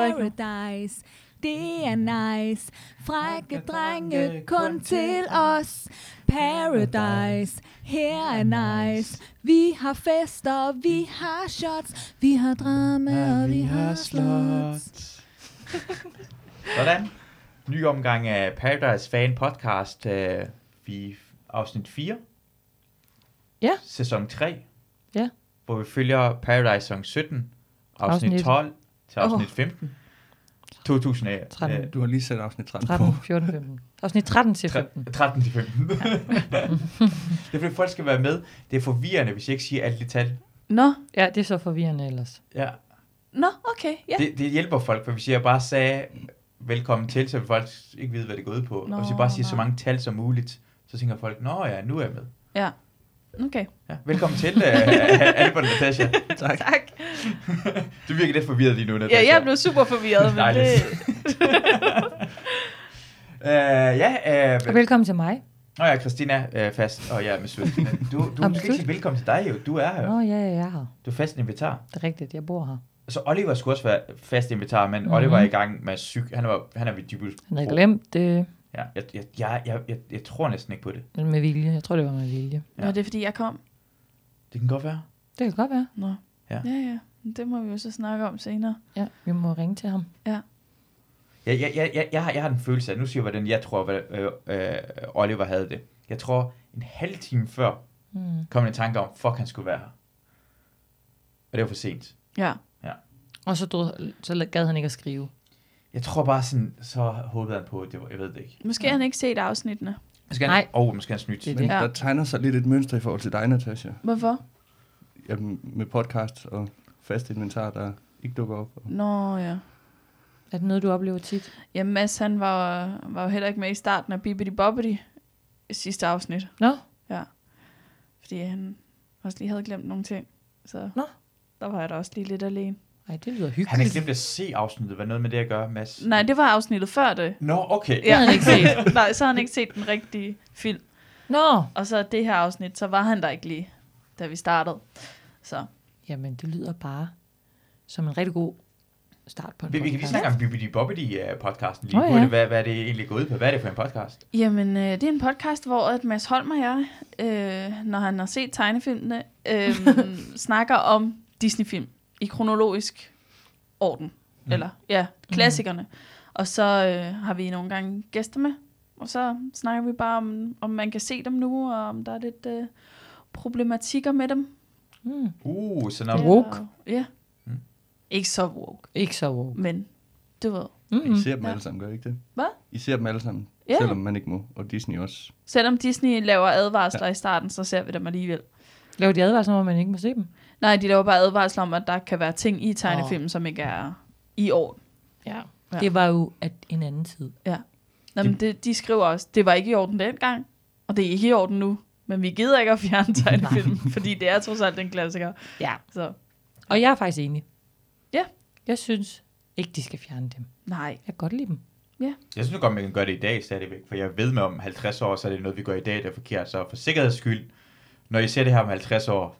Paradise, det er nice. Frække drenge, kun til os. Paradise, her er nice. Vi har fester, vi har shots. Vi har drama, og vi har slots. Sådan. Ny omgang af Paradise Fan Podcast. Vi afsnit 4. Ja. Sæson 3. Ja. Hvor vi følger Paradise sæson 17. Afsnit 12 til afsnit 15. 2013. Du har lige sat afsnit 13 13, på. 14, 15. Afsnit 13 til 15. 13 til 15. Det er fordi folk skal være med. Det er forvirrende, hvis jeg ikke siger alt det tal. Nå. Ja, det er så forvirrende ellers. Ja. Nå, okay. Ja. Det hjælper folk, for hvis jeg bare sagde velkommen til, så vil folk ikke vide, hvad det går ud på. Og hvis jeg bare siger så mange tal som muligt, så tænker folk, nå ja, nu er jeg med. Ja. Okay. Ja, velkommen til, Albert og Natasha. Tak. Du virker lidt forvirret lige nu, Natasha. Ja, jeg blev super forvirret, men det... Og velkommen til mig. Nå ja, Christina fast, og jeg er med Sødt. Du skal ikke sige velkommen til dig jo, du er her. Nå ja, jeg er her. Du er fast invitar. Det er rigtigt, jeg bor her. Så Oliver skulle også være fast invitar, men Oliver er i gang med han er ved dybest. Han havde glemt det. Ja, jeg tror næsten ikke på det. Med vilje, jeg tror det var med vilje. Nå, det er fordi jeg kom. Det kan godt være. Det kan godt være. Nå. Ja. Ja. Det må vi jo så snakke om senere. Ja, vi må ringe til ham. Ja. Jeg har den følelse af, nu siger jeg, hvordan jeg tror, Oliver havde det. Jeg tror, en halv time før kom en tanke om, fuck, han skulle være her. Og det var for sent. Ja. Og så gad han ikke at skrive. Jeg tror bare sådan, så håbede han på, det var, jeg ved det ikke. Måske han ikke set afsnittene. Måske han snydt. Men der tegner sig lidt et mønster i forhold til dig, Natasha. Hvorfor? Jamen, med podcast og fast inventar, der ikke dukker op. Nå, ja. Er det noget, du oplever tit? Jamen, Mads, han var jo heller ikke med i starten af Bibbidi Bobbidi sidste afsnit. Nå? Ja. Fordi han også lige havde glemt nogle ting. Så der var jeg da også lige lidt alene. Ej, det lyder hyggeligt. Han har glemt at se afsnittet. Hvad noget med det at gøre, Mads? Nej, det var afsnittet før det. Nå, okay. Ja, han ikke set. Nej, så har han ikke set den rigtige film. Nå! Og så det her afsnit, så var han der ikke lige, da vi startede. Så. Jamen, det lyder bare som en rigtig god start på en podcast. Vi kan lige snakke om Bibbidi Bobbidi-podcasten lige. Ja. Hvad er det egentlig gået ud på? Hvad er det for en podcast? Jamen, det er en podcast, hvor at Mads Holm og jeg, når han har set tegnefilmene, snakker om Disney-film i kronologisk orden. Eller, klassikerne. Og så har vi nogle gange gæster med, og så snakker vi bare om man kan se dem nu, og om der er lidt problematikker med dem. Sådan noget. Woke. Ja. Ikke så woke. Ikke så woke. Men, du ved. I ser dem alle sammen, gør I ikke det? Hvad? I ser dem alle sammen, selvom man ikke må, og Disney også. Selvom Disney laver advarsler i starten, så ser vi dem alligevel. Laver de advarsler om, at man ikke må se dem? Nej, de laver bare advarsler om, at der kan være ting i tegnefilmen, som ikke er i orden. Ja. Det var jo en anden tid. Ja. Nå, men de skriver også, det var ikke i orden dengang, og det er ikke i orden nu. Men vi gider ikke at fjerne tegnefilmen, fordi det er trods alt en klassiker. Ja. Så. Og jeg er faktisk enig. Ja. Jeg synes ikke, de skal fjerne dem. Nej. Jeg kan godt lide dem. Ja. Jeg synes godt, man kan gøre det i dag stadigvæk, for jeg ved med om 50 år, så er det noget, vi gør i dag, der er forkert. Så for sikkerheds skyld, når I ser det her om 50 år,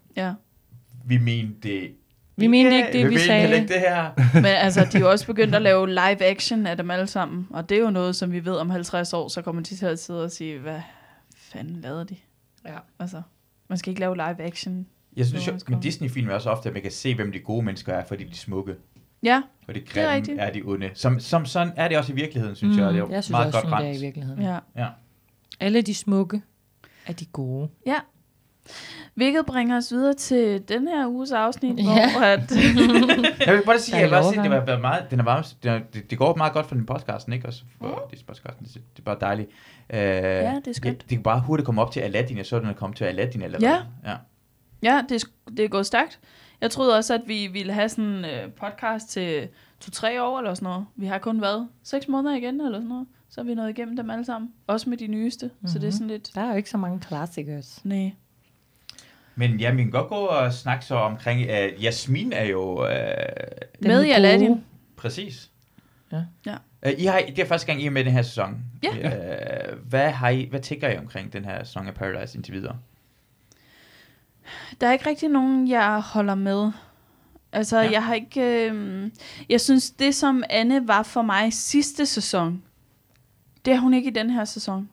vi mener det. Vi mente ikke det, vi sagde. Vi ikke det her. Men altså, de er jo også begyndt at lave live action af dem alle sammen, og det er jo noget, som vi ved om 50 år, så kommer de til at sidde og sige, hvad fanden lavede de? Ja. Altså, man skal ikke lave live action. Jeg synes jo, men Disney-film er også ofte, at man kan se, hvem de gode mennesker er, fordi de er smukke. Ja, og det grimme er de onde. Som sådan er det også i virkeligheden, synes jeg. Det er jeg synes meget også, godt det er i virkeligheden. Ja. Alle de smukke er de gode. Ja. Hvilket bringer os videre til den her uges afsnit, hvor at... Jeg vil bare sige, det går meget godt for den podcasten, ikke? Også for podcasten, det er bare dejligt. Ja, det er skønt. Det kan bare hurtigt komme op til Aladdin, jeg så den komme til Aladdin eller hvad. Ja, det er gået stærkt. Jeg troede også, at vi ville have sådan en podcast til 2-3 år eller sådan noget. Vi har kun været 6 måneder igen eller sådan noget. Så er vi nået igennem dem alle sammen. Også med de nyeste. Så det er sådan lidt... Der er jo ikke så mange klassikers. Nej. Men ja, vi kan godt gå og snakke så omkring... Jasmin er jo... med i Aladdin. Præcis. Ja. Det er første gang, I er med den her sæson. Ja. Hvad tænker I omkring den her sæson af Paradise indtil videre? Der er ikke rigtig nogen, jeg holder med. Altså, jeg har ikke... jeg synes, det som Anne var for mig sidste sæson, det er hun ikke i den her sæson.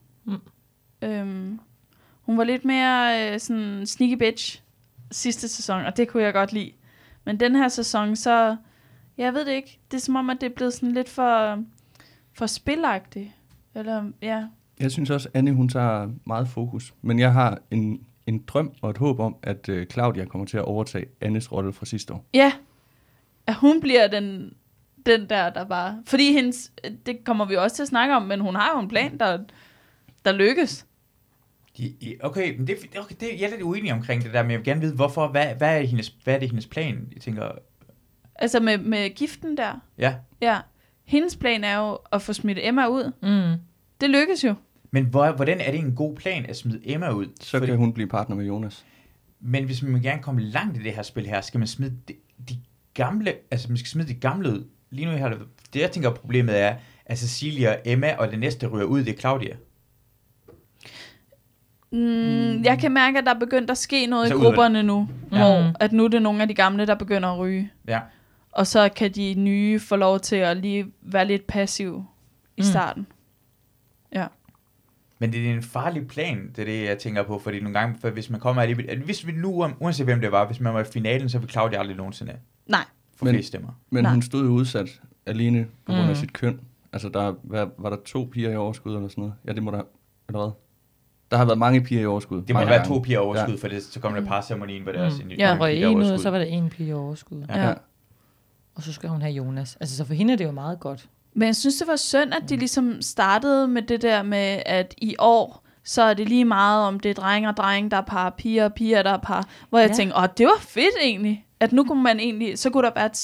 Hun var lidt mere sådan sneaky bitch sidste sæson, og det kunne jeg godt lide. Men den her sæson, så... Jeg ved det ikke. Det er som om, at det er blevet sådan lidt for spilagtigt. Eller, ja. Jeg synes også, Anne, hun tager meget fokus. Men jeg har en drøm og et håb om, at Claudia kommer til at overtage Annes rolle fra sidste år. Ja. At hun bliver den der bare... Fordi hendes... Det kommer vi også til at snakke om, men hun har jo en plan, der lykkes. Okay, men det, jeg er lidt uenig omkring det der, men jeg vil gerne vide, hvorfor. Hvad er det hendes plan? Jeg tænker... Altså med giften der? Ja. Ja. Hendes plan er jo at få smidt Emma ud. Det lykkes jo. Men hvordan er det en god plan at smide Emma ud? Så kan hun blive partner med Jonas. Men hvis man gerne komme langt i det her spil her, skal man smide de gamle, altså man skal smide de gamle ud. Lige nu her, det jeg tænker problemet er, at Cecilia, Emma og det næste ryger ud, det er Claudia. Jeg kan mærke, at der er begyndt at ske noget i grupperne nu, hvor at nu er det nogle af de gamle, der begynder at ryge. Ja. Og så kan de nye få lov til at lige være lidt passive i starten. Ja. Men det er en farlig plan, det er det, jeg tænker på, fordi nogle gange, for hvis man kommer alligevel, hvis vi nu, uanset hvem det var, hvis man var i finalen, så vil Claudia aldrig nogensinde få flest stemmer. Men hun stod jo udsat alene på grund af sit køn. Altså, var der 2 piger i overskud eller sådan noget? Ja, det må der, eller hvad? Der har været mange piger i overskud. Det må være 2 piger i overskud, for det, så kommer der parceremonien, hvor det er også en røg en ud, og så var der 1 pige i overskud. Ja. Og så skal hun have Jonas. Altså, så for hende er det jo meget godt. Men jeg synes, det var synd, at de ligesom startede med det der med, at i år, så er det lige meget om det er drenge og drenge, der er par, piger og piger, der er par. Hvor jeg tænkte, det var fedt egentlig. At nu kunne man egentlig, så kunne der være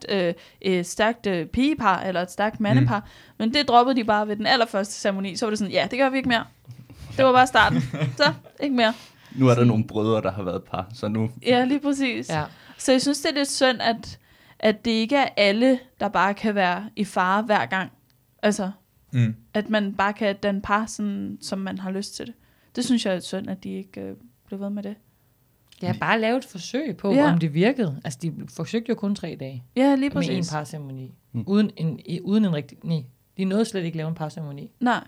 et stærkt pigepar, eller et stærkt mandepar. Men det droppede de bare ved den allerførste ceremoni. Så var det sådan, ja, det gør vi ikke mere. Det var bare starten. Så, ikke mere. Nu er der nogle brødre, der har været par, så nu... Ja, lige præcis. Ja. Så jeg synes, det er lidt synd, at det ikke er alle, der bare kan være i fare hver gang. Altså, at man bare kan danne par, sådan, som man har lyst til det. Det synes jeg er synd, at de ikke blev ved med det. Ja, bare lave et forsøg på, om det virkede. Altså, de forsøgte jo kun 3 dage. Ja, lige præcis. Med en parceremoni. Uden en rigtig... Nej, de nåede slet ikke lave en parceremoni. Nej.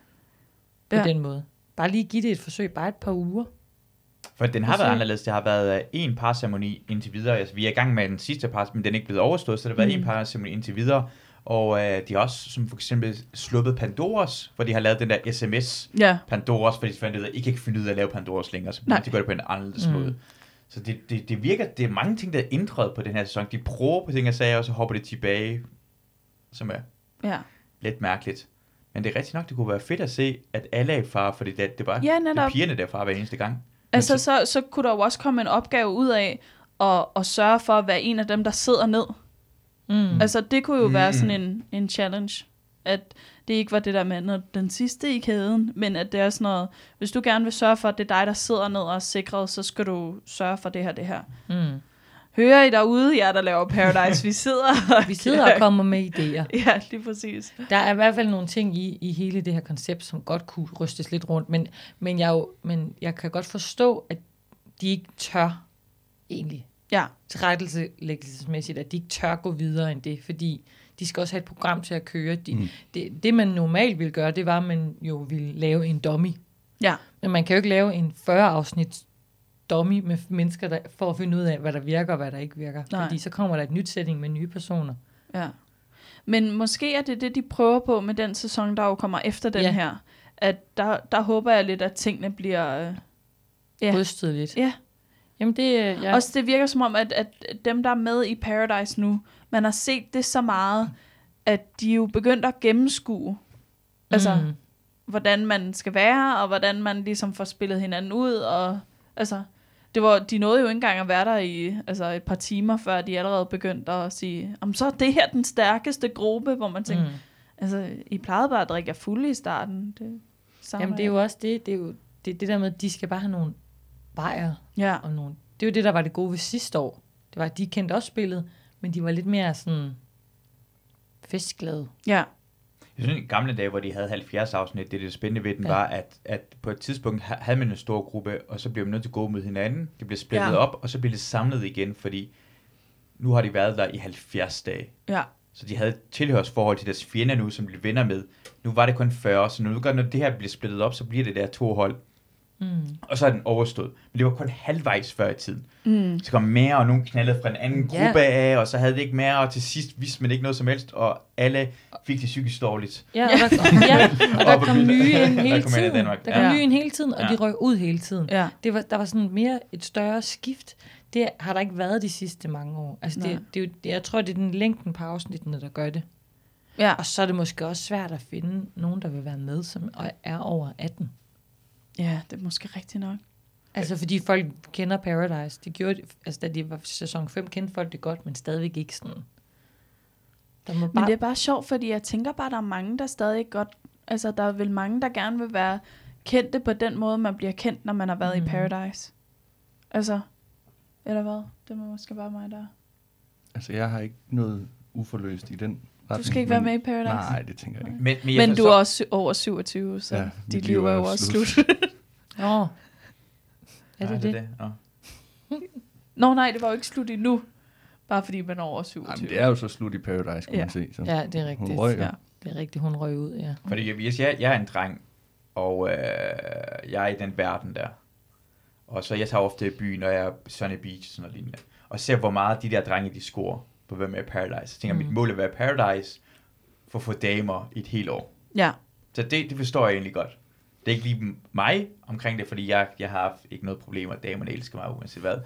På den måde. Bare lige give det et forsøg, bare et par uger. For den har været anderledes. Det har været en parceremoni indtil videre. Altså, vi er i gang med den sidste par, men den er ikke blevet overstået, så det har været en parceremoni indtil videre. Og de har også, som for eksempel, sluppet Pandoras, hvor de har lavet den der sms Pandoras, fordi de fandt ud af, at I kan ikke finde ud af at lave Pandoras længere, så de gør det på en anderledes måde. Så det virker, det er mange ting, der er ændret på den her sæson. De prøver på ting, jeg sagde, og så hopper det tilbage, som er lidt mærkeligt. Men det er rigtig nok, det kunne være fedt at se, at alle er i fare, fordi det er bare det er pigerne, der er fare hver eneste gang. Altså, så kunne der jo også komme en opgave ud af at sørge for at være en af dem, der sidder ned. Altså, det kunne jo være sådan en challenge. At det ikke var det der med den sidste i kæden, men at det er sådan noget, hvis du gerne vil sørge for, at det er dig, der sidder ned og er sikret, så skal du sørge for det her. Hører I derude, jer der laver Paradise? Vi sidder og kommer med idéer. Ja, lige præcis. Der er i hvert fald nogle ting i hele det her koncept, som godt kunne rystes lidt rundt, men jeg kan godt forstå, at de ikke tør egentlig tilrettelæggelsesmæssigt, at de ikke tør gå videre end det, fordi de skal også have et program til at køre. Det man normalt ville gøre, det var, at man jo ville lave en dummy. Ja. Men man kan jo ikke lave en 40-afsnit dummy med mennesker, der, for at finde ud af, hvad der virker og hvad der ikke virker. Nej. Fordi så kommer der et nyt setting med nye personer. Ja. Men måske er det, de prøver på med den sæson, der jo kommer efter den her. At der håber jeg lidt, at tingene bliver... rystet lidt. Ja. Jamen det... Også det virker som om, at dem, der er med i Paradise nu, man har set det så meget, at de jo begyndt at gennemskue, altså, hvordan man skal være, og hvordan man ligesom får spillet hinanden ud, og altså, de nåede jo ikke engang at være der i et par timer, før de allerede begyndte at sige, så er det her den stærkeste gruppe, hvor man tænker, altså, I plejede bare at drikke jer fulde i starten. Jamen det er jo også det er jo det der med, at de skal bare have nogle bajer, og nogle, det er jo det, der var det gode ved sidste år. Det var, at de kendte også spillet, men de var lidt mere sådan festglade. Ja. Jeg synes, i gamle dage, hvor de havde 70 afsnit, det spændende ved den var, at på et tidspunkt havde man en stor gruppe, og så blev man nødt til at gå mod hinanden. Det blev splittet op, og så blev det samlet igen, fordi nu har de været der i 70 dage. Ja. Så de havde et tilhørsforhold til deres fjender nu, som de venner med. Nu var det kun 40, så når det her bliver splittet op, så bliver det der 2 hold. Og så er den overstået. Men det var kun halvvejs før i tiden. Så kom mere, og nogen knaldede fra en anden gruppe af, og så havde det ikke mere, og til sidst vidste man ikke noget som helst, og alle fik det psykisk dårligt. Ja, og der kom nye ind hele tiden. Der kom nye ind hele tiden, og de røg ud hele tiden. Ja. Der var sådan mere et større skift. Det har der ikke været de sidste mange år. Altså jeg tror, det er den længden på afsnittene, der gør det. Ja. Og så er det måske også svært at finde nogen, der vil være med, som er over 18. Ja, det er måske rigtigt nok. Altså, fordi folk kender Paradise. De gjorde, altså, da de var sæson 5, kendte folk det godt, men stadigvæk ikke sådan. Men det er bare sjovt, fordi jeg tænker bare, der er mange, der stadig godt... Altså, der er vel mange, der gerne vil være kendte på den måde, man bliver kendt, når man har været i Paradise. Altså, eller hvad? Det må måske bare mig, der... Altså, jeg har ikke noget uforløst i den retning. Du skal ikke være med i Paradise? Nej, det tænker jeg ikke. Men du er også over 27, så ja, dit liv er jo også slut. Nå. Er det? Nå nej, det var jo ikke slut endnu. Bare fordi man er over 27. Jamen, det er jo så slut i Paradise, kan man se. Så. Ja, det er rigtigt. Hun røg, ja. Det er rigtigt, hun røg ud, ja. Fordi hvis jeg er en dreng, og jeg er i den verden der, og så jeg tager ofte i byen, og jeg er Sunny Beach og sådan noget lignende, og ser, hvor meget de der drenge, de scorer på at være med i Paradise. Så tænker mit mål er at være i Paradise for at få damer i et helt år. Ja. Så det forstår jeg egentlig godt. Det er ikke lige mig omkring det, fordi jeg har haft ikke noget problem, og damerne elsker mig uanset hvad.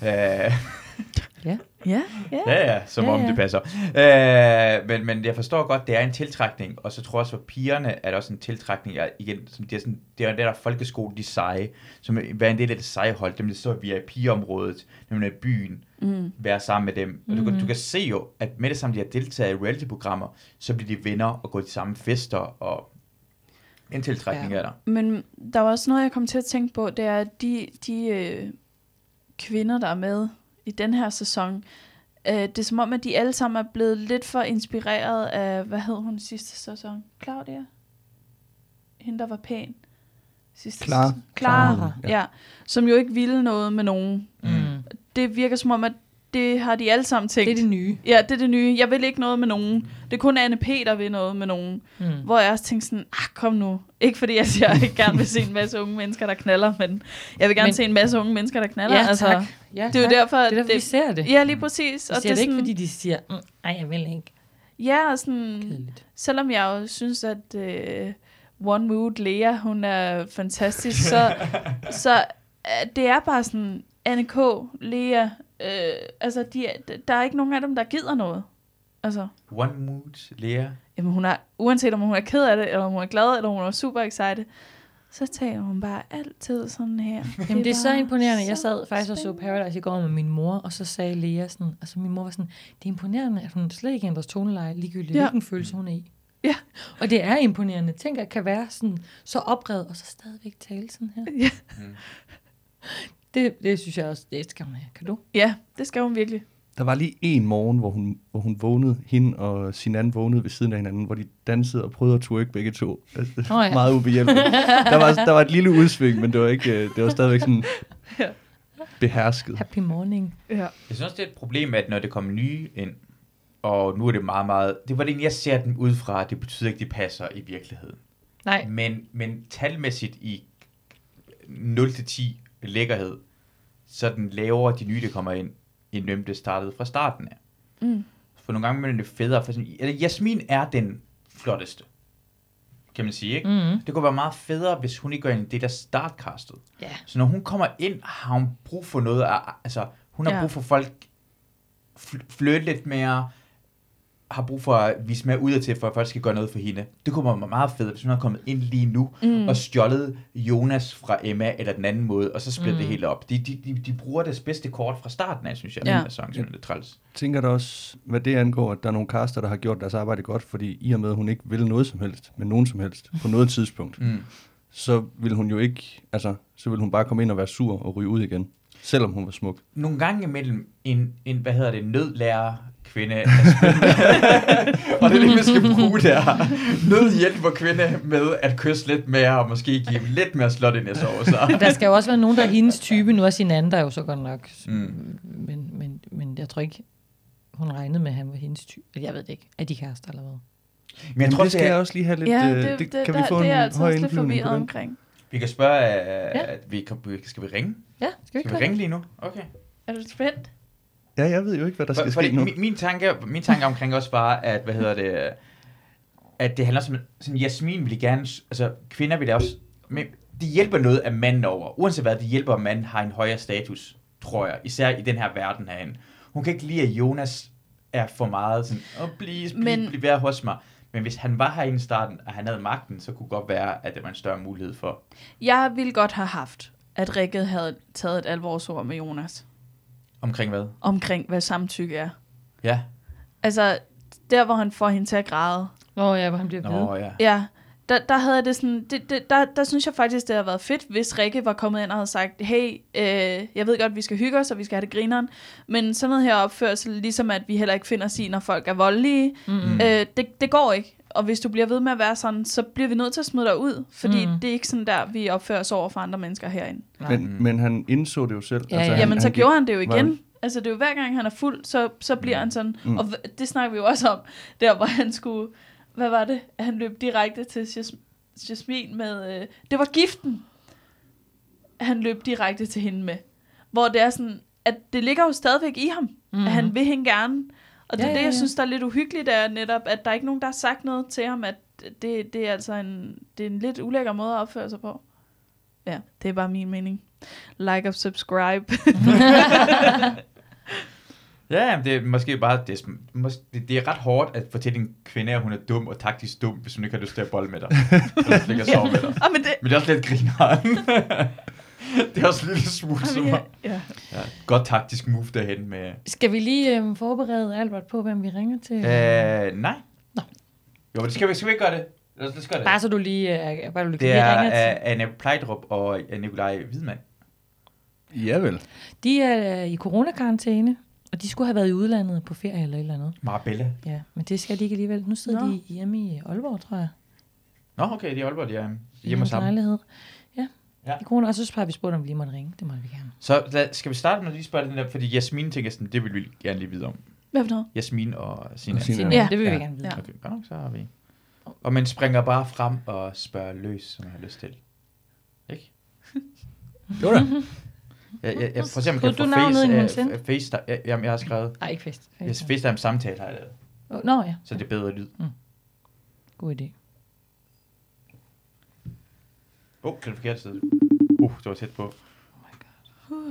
Ja, som om det passer. Men jeg forstår godt, det er en tiltrækning, og så tror jeg også, for pigerne er der også en tiltrækning. Igen, som det er der folkeskole, de seje, som er en del af det seje hold, dem der står i VIP-området, dem der i byen, være sammen med dem. Og du kan se jo, at med det samme, de har deltaget i reality-programmer, så bliver de venner og går til samme fester, og en tiltrækning er der. Men der var også noget, jeg kom til at tænke på, det er, at de kvinder, der er med i den her sæson, det er som om, at de alle sammen er blevet lidt for inspireret af, hvad hed hun sidste sæson? Claudia? Hende, der var pæn. Clara. Ja. Som jo ikke ville noget med nogen. Det virker som om, at det har de alle sammen tænkt. Det er det nye. Ja, det er det nye. Jeg vil ikke noget med nogen. Det er kun Anne P, der vil noget med nogen. Hvor jeg også tænkte sådan, kom nu. Ikke fordi jeg siger, at jeg gerne vil se en masse unge mennesker, der knaller, men jeg vil gerne se en masse unge mennesker, der knaller. Ja, altså, tak. Ja, det er jo derfor, det er derfor, vi ser det. Ja, lige præcis. Og det er ikke, fordi de siger, nej, jeg vil ikke. Ja, og sådan, kedeligt. Selvom jeg jo synes, at One Mood Lea, hun er fantastisk, så det er bare sådan, Anne K, Lea, altså der er ikke nogen af dem, der gider noget. Altså. One Mood Lea. Jamen hun er, uanset om hun er ked af det, eller om hun er glad, eller om hun er super excited, så taler hun bare altid sådan her. Jamen det er så imponerende. Jeg sad faktisk og så Paradise i går med min mor, og så sagde Lea sådan, altså min mor var sådan, det er imponerende, at hun slet ikke ændrer toneleje, ligegyldigt hvilken følelse hun er i. Ja. Og det er imponerende. Tænk, at kan være sådan, så oprevet, og så stadigvæk tale sådan her. Ja. Det synes jeg også, det skal hun have. Kan du? Ja, det skal hun virkelig. Der var lige en morgen, hvor hun vågnede, hende og sin anden vågnede ved siden af hinanden, hvor de dansede og prøvede at twerke begge to. Altså, meget ubehjælpeligt. Der var et lille udsving, men det var stadigvæk sådan behersket. Happy morning. Ja. Jeg synes også, det er et problem, at når det kommer nye ind, og nu er det meget, det var det, jeg ser dem ud fra, det betyder ikke, de passer i virkeligheden. Nej. Men talmæssigt i 0-10 lækkerhed, så den lavere de nye, der kommer ind, end dem, det startede fra starten af. For nogle gange er det federe. For sådan, Jasmin er den flotteste, kan man sige, ikke? Det kunne være meget federe, hvis hun ikke går ind i det der startcastet. Yeah. Så når hun kommer ind, har hun brug for noget, altså hun har brug for folk flytte lidt mere, har brug for at vise mere udadtil, for at folk skal gøre noget for hende. Det kunne være meget fedt, hvis hun har kommet ind lige nu, og stjålet Jonas fra Emma, eller den anden måde, og så splitter det helt op. De bruger det bedste kort fra starten af, synes jeg, den her sang, som er lidt træls. Tænker du også, hvad det angår, at der er nogle caster, der har gjort deres arbejde godt, fordi i og med, at hun ikke vil noget som helst, men nogen som helst, på noget tidspunkt, så vil hun jo ikke, altså, så vil hun bare komme ind og være sur og ryge ud igen, selvom hun var smuk. Nogle gange imellem en nødlærer kvinde, og det er det, vi skal bruge der. Nødhjælper kvinde med at kysse lidt mere, og måske give lidt mere slot i næste år. Så. Der skal jo også være nogen, der er hendes type. Nu er sin anden, der er jo så godt nok. Men jeg tror ikke, hun regnede med, at han var hendes type. Jeg ved det ikke. Er de kærester eller hvad? Men jeg tror, det skal jeg også lige have lidt... det kan vi få det er en altså høj også lidt indflyvning på forvirret den? omkring. Vi kan spørge, at skal vi ringe? Ja, skal vi ringe lige nu? Okay. Er du spændt? Ja, jeg ved jo ikke, hvad der skal ske nu. Min tanke omkring også bare, at, at det handler om, sådan Jasmin vil gerne, altså kvinder vil også, men det hjælper noget af manden over. Uanset hvad, det hjælper, at manden har en højere status, tror jeg. Især i den her verden herinde. Hun kan ikke lide, at Jonas er for meget sådan, bliv være hos mig. Men hvis han var her i starten, og han havde magten, så kunne det godt være, at det var en større mulighed for. Jeg ville godt have haft, at Rikke havde taget et alvorsord med Jonas. Omkring hvad? Omkring, hvad samtykke er. Ja. Altså, der hvor han får hende til at græde. Ja, hvor han bliver ved. Ja. Ja, der havde det sådan, der synes jeg faktisk, det havde været fedt, hvis Rikke var kommet ind og havde sagt, hey, jeg ved godt, vi skal hygge os, og vi skal have det grineren, men sådan noget her opførsel, ligesom at vi heller ikke finder sig, når folk er voldelige, det går ikke. Og hvis du bliver ved med at være sådan, så bliver vi nødt til at smide dig ud, fordi det er ikke sådan der, vi opfører os over for andre mennesker herinde. Men han indså det jo selv. Ja, altså, jamen, så gjorde han det jo igen. Altså, det er jo hver gang, han er fuld, så bliver han sådan. Og det snakker vi jo også om, der hvor han skulle... Hvad var det? Han løb direkte til Jasmin med... det var giften, han løb direkte til hende med. Hvor det er sådan, at det ligger jo stadigvæk i ham, at han vil hende gerne. Og det er det, jeg synes, der er lidt uhyggeligt, er netop, at der er ikke nogen, der har sagt noget til ham, at det er altså en lidt ulækker måde at opføre sig på. Ja, det er bare min mening. Like og subscribe. Ja, det er måske bare, det er ret hårdt at fortælle en kvinde, at hun er dum og taktisk dum, hvis hun ikke har lyst til at bolle med dig. Eller sove med dig. Men det er også lidt grineren. Det er også en lille smule som ja. Godt taktisk move derhen med... Skal vi lige forberede Albert på, hvem vi ringer til? Nej. Nå. Jo, det skal vi ikke gøre det. Lad os gøre det. Bare så du lige... det er Anne Plejdrup og Nikolaj Hvidmann. Ja vel. De er i coronakarantæne, og de skulle have været i udlandet på ferie eller et eller andet. Marbella. Ja, men det skal de ikke alligevel. Nu sidder de hjemme i Aalborg, tror jeg. Nå, okay, de er i Aalborg, de er hjemme sammen. Lejlighed. Ja. I corona, og så har vi spurgt, om vi lige måtte ringe. Det må vi gerne. Så skal vi starte med at lige spørge den der, fordi Jasmin tænker sådan, det vil vi gerne lige vide om. Hvad for noget? Jasmin og Sinan. Ja, det vil vi gerne vide. Okay, godt, så har vi. Og man springer bare frem og spørger løs, som jeg har lyst til. Ikke? Jo da. Jeg for eksempel kan få FaceTime. Jamen, jeg har skrevet. Nej, ikke FaceTime. FaceTime samtale har jeg lavet. Nå ja. Så det er bedre lyd. God idé. Det er det forkerte side. Det var tæt på. Oh my god.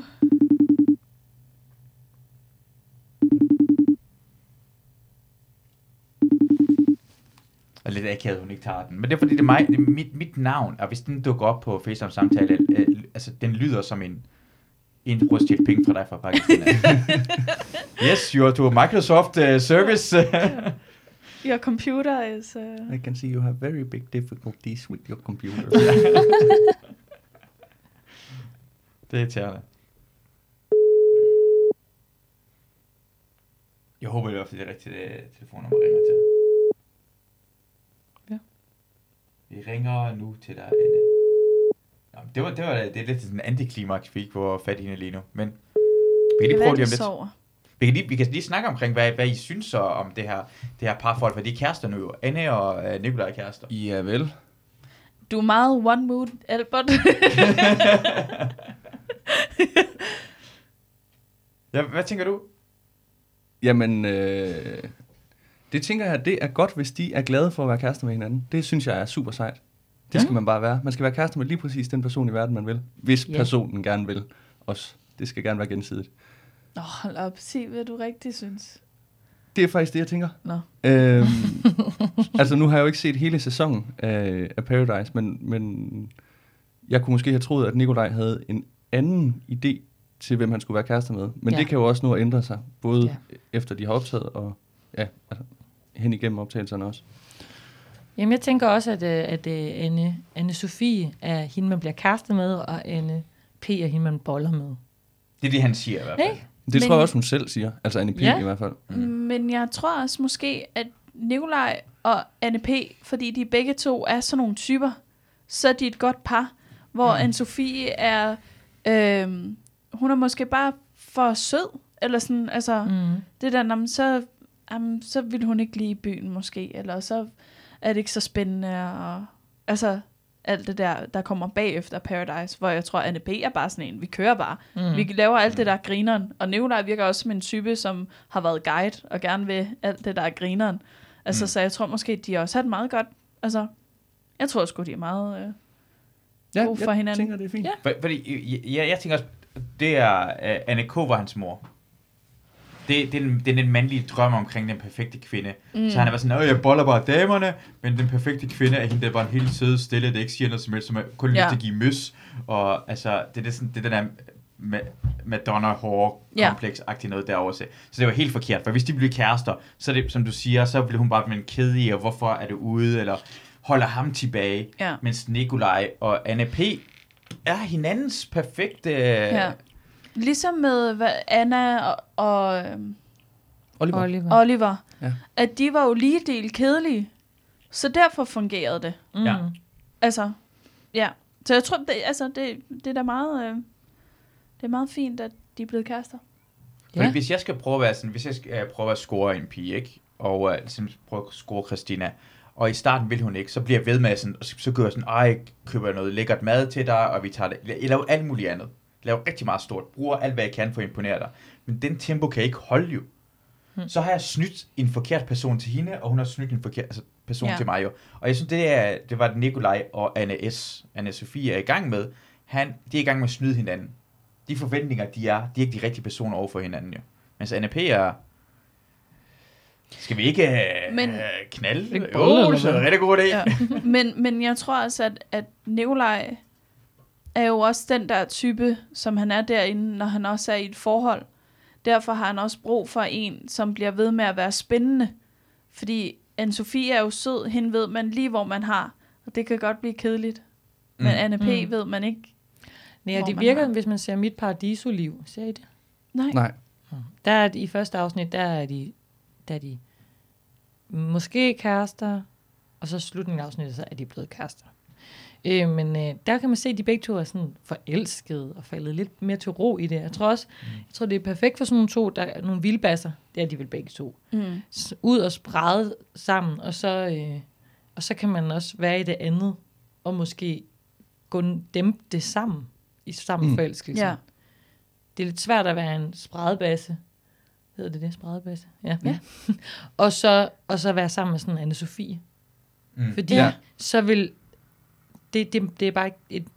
Og lidt akavet, hun ikke tager den. Men det er fordi, det er mit navn, og hvis den dukker op på FaceTime samtale, altså den lyder som en prøv at stjæle penge fra dig fra Pakistan. Yes, you are to a Microsoft service. Your computer is... I can see you have very big difficulties with your computer. Det er irriterende. Jeg håber i hvert fald, det er rigtigt telefonnummer ringer til. Ja. Vi ringer nu til dig, Anne. Det er lidt sådan en antiklimaks, vi ikke får fat i hende lige nu. Men vi kan lige prøve lige om lidt. Vi kan lige snakke omkring, hvad I synes så om det her parforhold, for de er kærester nu jo. Anne og Nikolaj er kærester. Ja vel. Du er meget one mood, Albert. Ja, hvad tænker du? Jamen, det tænker jeg, det er godt, hvis de er glade for at være kærester med hinanden. Det synes jeg er super sejt. Det skal man bare være. Man skal være kærester med lige præcis den person i verden, man vil. Hvis personen gerne vil også. Det skal gerne være gensidigt. Hold op, sig hvad du rigtig synes. Det er faktisk det, jeg tænker. Nå. Altså, nu har jeg jo ikke set hele sæsonen af Paradise, men jeg kunne måske have troet, at Nikolaj havde en anden idé til, hvem han skulle være kærester med. Men det kan jo også nu ændre sig, både efter de har optaget, og hen igennem optagelserne også. Jamen, jeg tænker også, at Anne-Sophie er hende, man bliver kærester med, og Anne P. er hende, man boller med. Det er det, han siger i hvert fald. Det tror jeg også, hun selv siger. Altså Anne P. i hvert fald. Men jeg tror også måske, at Nikolaj og Anne P., fordi de begge to er sådan nogle typer, så er de et godt par, hvor Anne-Sophie er... hun er måske bare for sød Eller sådan, altså, det der, så vil hun ikke lige i byen måske, eller så er det ikke så spændende, og altså, alt det der kommer bagefter Paradise, hvor jeg tror, Anne P. er bare sådan en, vi kører bare. Vi laver alt det der grineren, og Nikolaj virker også som en type, som har været guide, og gerne vil alt det der grineren. Altså, så jeg tror måske, de også har det meget godt. Altså, jeg tror sgu, de er meget gode for hinanden. Jeg tænker, det er fint. Ja. Fordi, jeg tænker også, det er, Anne K. var hans mor. Det er den mandlige drøm omkring den perfekte kvinde. Så han er sådan, jeg boller bare damerne, men den perfekte kvinde er hende, der bare en helt søde, stille, der ikke siger noget som helst, som er kun lyst til at give møs. Og altså, det er den der Madonna-horror-kompleks-agtigt noget derovre. Så det var helt forkert, for hvis de bliver kærester, så er det, som du siger, så bliver hun bare med en kæde, og hvorfor er det ude, eller holder ham tilbage, mens Nikolaj og Anne P. er hinandens perfekte... Ligesom med Anna og Oliver. Ja. At de var jo lige del kedelige. Så derfor fungerede det. Ja. Altså, ja. Så jeg tror, det er da meget... det er meget fint, at de er blevet kærester. Ja. Hvis jeg skal prøve at være sådan, hvis jeg skal prøve at score en pige, ikke? Og prøve at score Christina, og i starten vil hun ikke, så bliver jeg ved med sådan, og så gør jeg sådan, jeg køber noget lækkert mad til dig, og vi tager det. Jeg laver alt muligt andet. Laver rigtig meget stort. Bruger alt, hvad jeg kan for at imponere dig. Men den tempo kan jeg ikke holde jo. Så har jeg snydt en forkert person til hende, og hun har snydt en forkert person til mig jo. Og jeg synes, det var Nikolaj og Anne Sofie er i gang med. De er i gang med at snyde hinanden. De forventninger, de er ikke de rigtige personer over for hinanden jo. Mens Anne P. er... Skal vi ikke knalde? Så er det en rigtig god idé. Ja. Men jeg tror altså, at Nikolaj er jo også den der type, som han er derinde, når han også er i et forhold. Derfor har han også brug for en, som bliver ved med at være spændende. Fordi Anne-Sophie er jo sød, hende ved man lige, hvor man har. Og det kan godt blive kedeligt. Men Anne P. ved man ikke. Nej, det virker, hvis man ser Mit Paradiso-liv. Ser I det? Nej. Der er i første afsnit, der er de måske kærester, og så slutningen af afsnittet, så er de blevet kærester. Men der kan man se, at de begge to er sådan forelskede og faldet lidt mere til ro i det. Jeg tror, det er perfekt for sådan nogle to, der er nogle vildbasser. Det er de vel begge to. Ud og spræde sammen, og så kan man også være i det andet, og måske gå dæmpe det sammen, i samme forelskelse. Ja. Det er lidt svært at være en sprædebasse. Hedder det? Sprædebasse? Ja. og så være sammen med sådan Anne-Sophie. Fordi så vil... Det er bare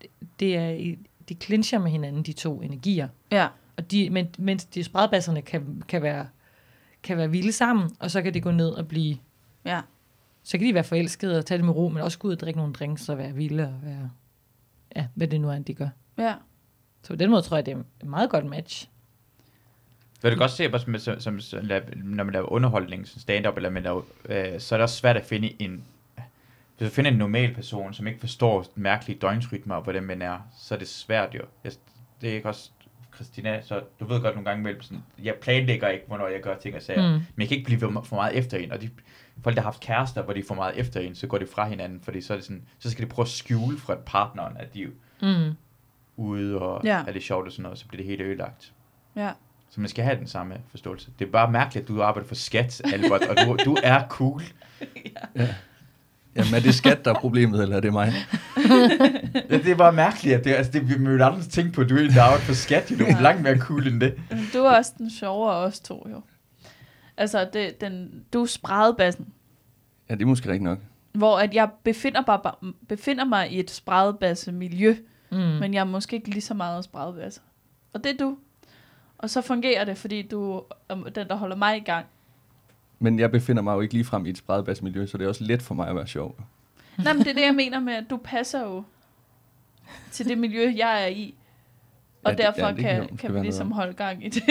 de clincher med hinanden, de to energier. Ja. Og mens de spredbasserne kan være vilde sammen, og så kan det gå ned og blive... Ja. Så kan de være forelskede og tage det med ro, men også gå ud og drikke nogle drinks og være vilde og være... Ja, hvad det nu er, de gør. Ja. Så på den måde tror jeg, det er et meget godt match. Vil du godt se, når man laver underholdning, stand-up, eller man laver, så er det også svært at finde hvis du finder en normal person, som ikke forstår mærkelige døgnsrytmer, og hvordan man er, så er det svært jo. Det er ikke også Christina, så du ved godt nogle gange mellem sådan, jeg planlægger ikke, hvornår jeg gør ting og sager, men jeg kan ikke blive for meget efter en, og de folk, der har haft kærester, hvor de får meget efter en, så går det fra hinanden, fordi så er det sådan, så skal de prøve at skjule fra partneren, at de er ude, og er det sjovt og sådan noget, så bliver det helt ødelagt. Ja. Så man skal have den samme forståelse. Det er bare mærkeligt, at du arbejder for skat, Albert, og du er cool. Ja. Jamen, er det skat, der er problemet, eller er det mig? Ja, det er bare mærkeligt, at vi mødte aldrig tænke på, at du er der arbejder for skat, du er langt mere cool end det. Du er også den sjovere af os to, jo. Altså, du er sprædebassen. Ja, det er måske rigtig nok. Hvor at jeg befinder mig i et sprædebasse-miljø, men jeg er måske ikke lige så meget sprædebasse. Og det er du. Og så fungerer det, fordi du er den, der holder mig i gang. Men jeg befinder mig jo ikke ligefrem i et spredebasmiljø, så det er også let for mig at være sjov. Nej, men det er det, jeg mener med, at du passer jo til det miljø, jeg er i. Og derfor kan vi ligesom holde gang i det.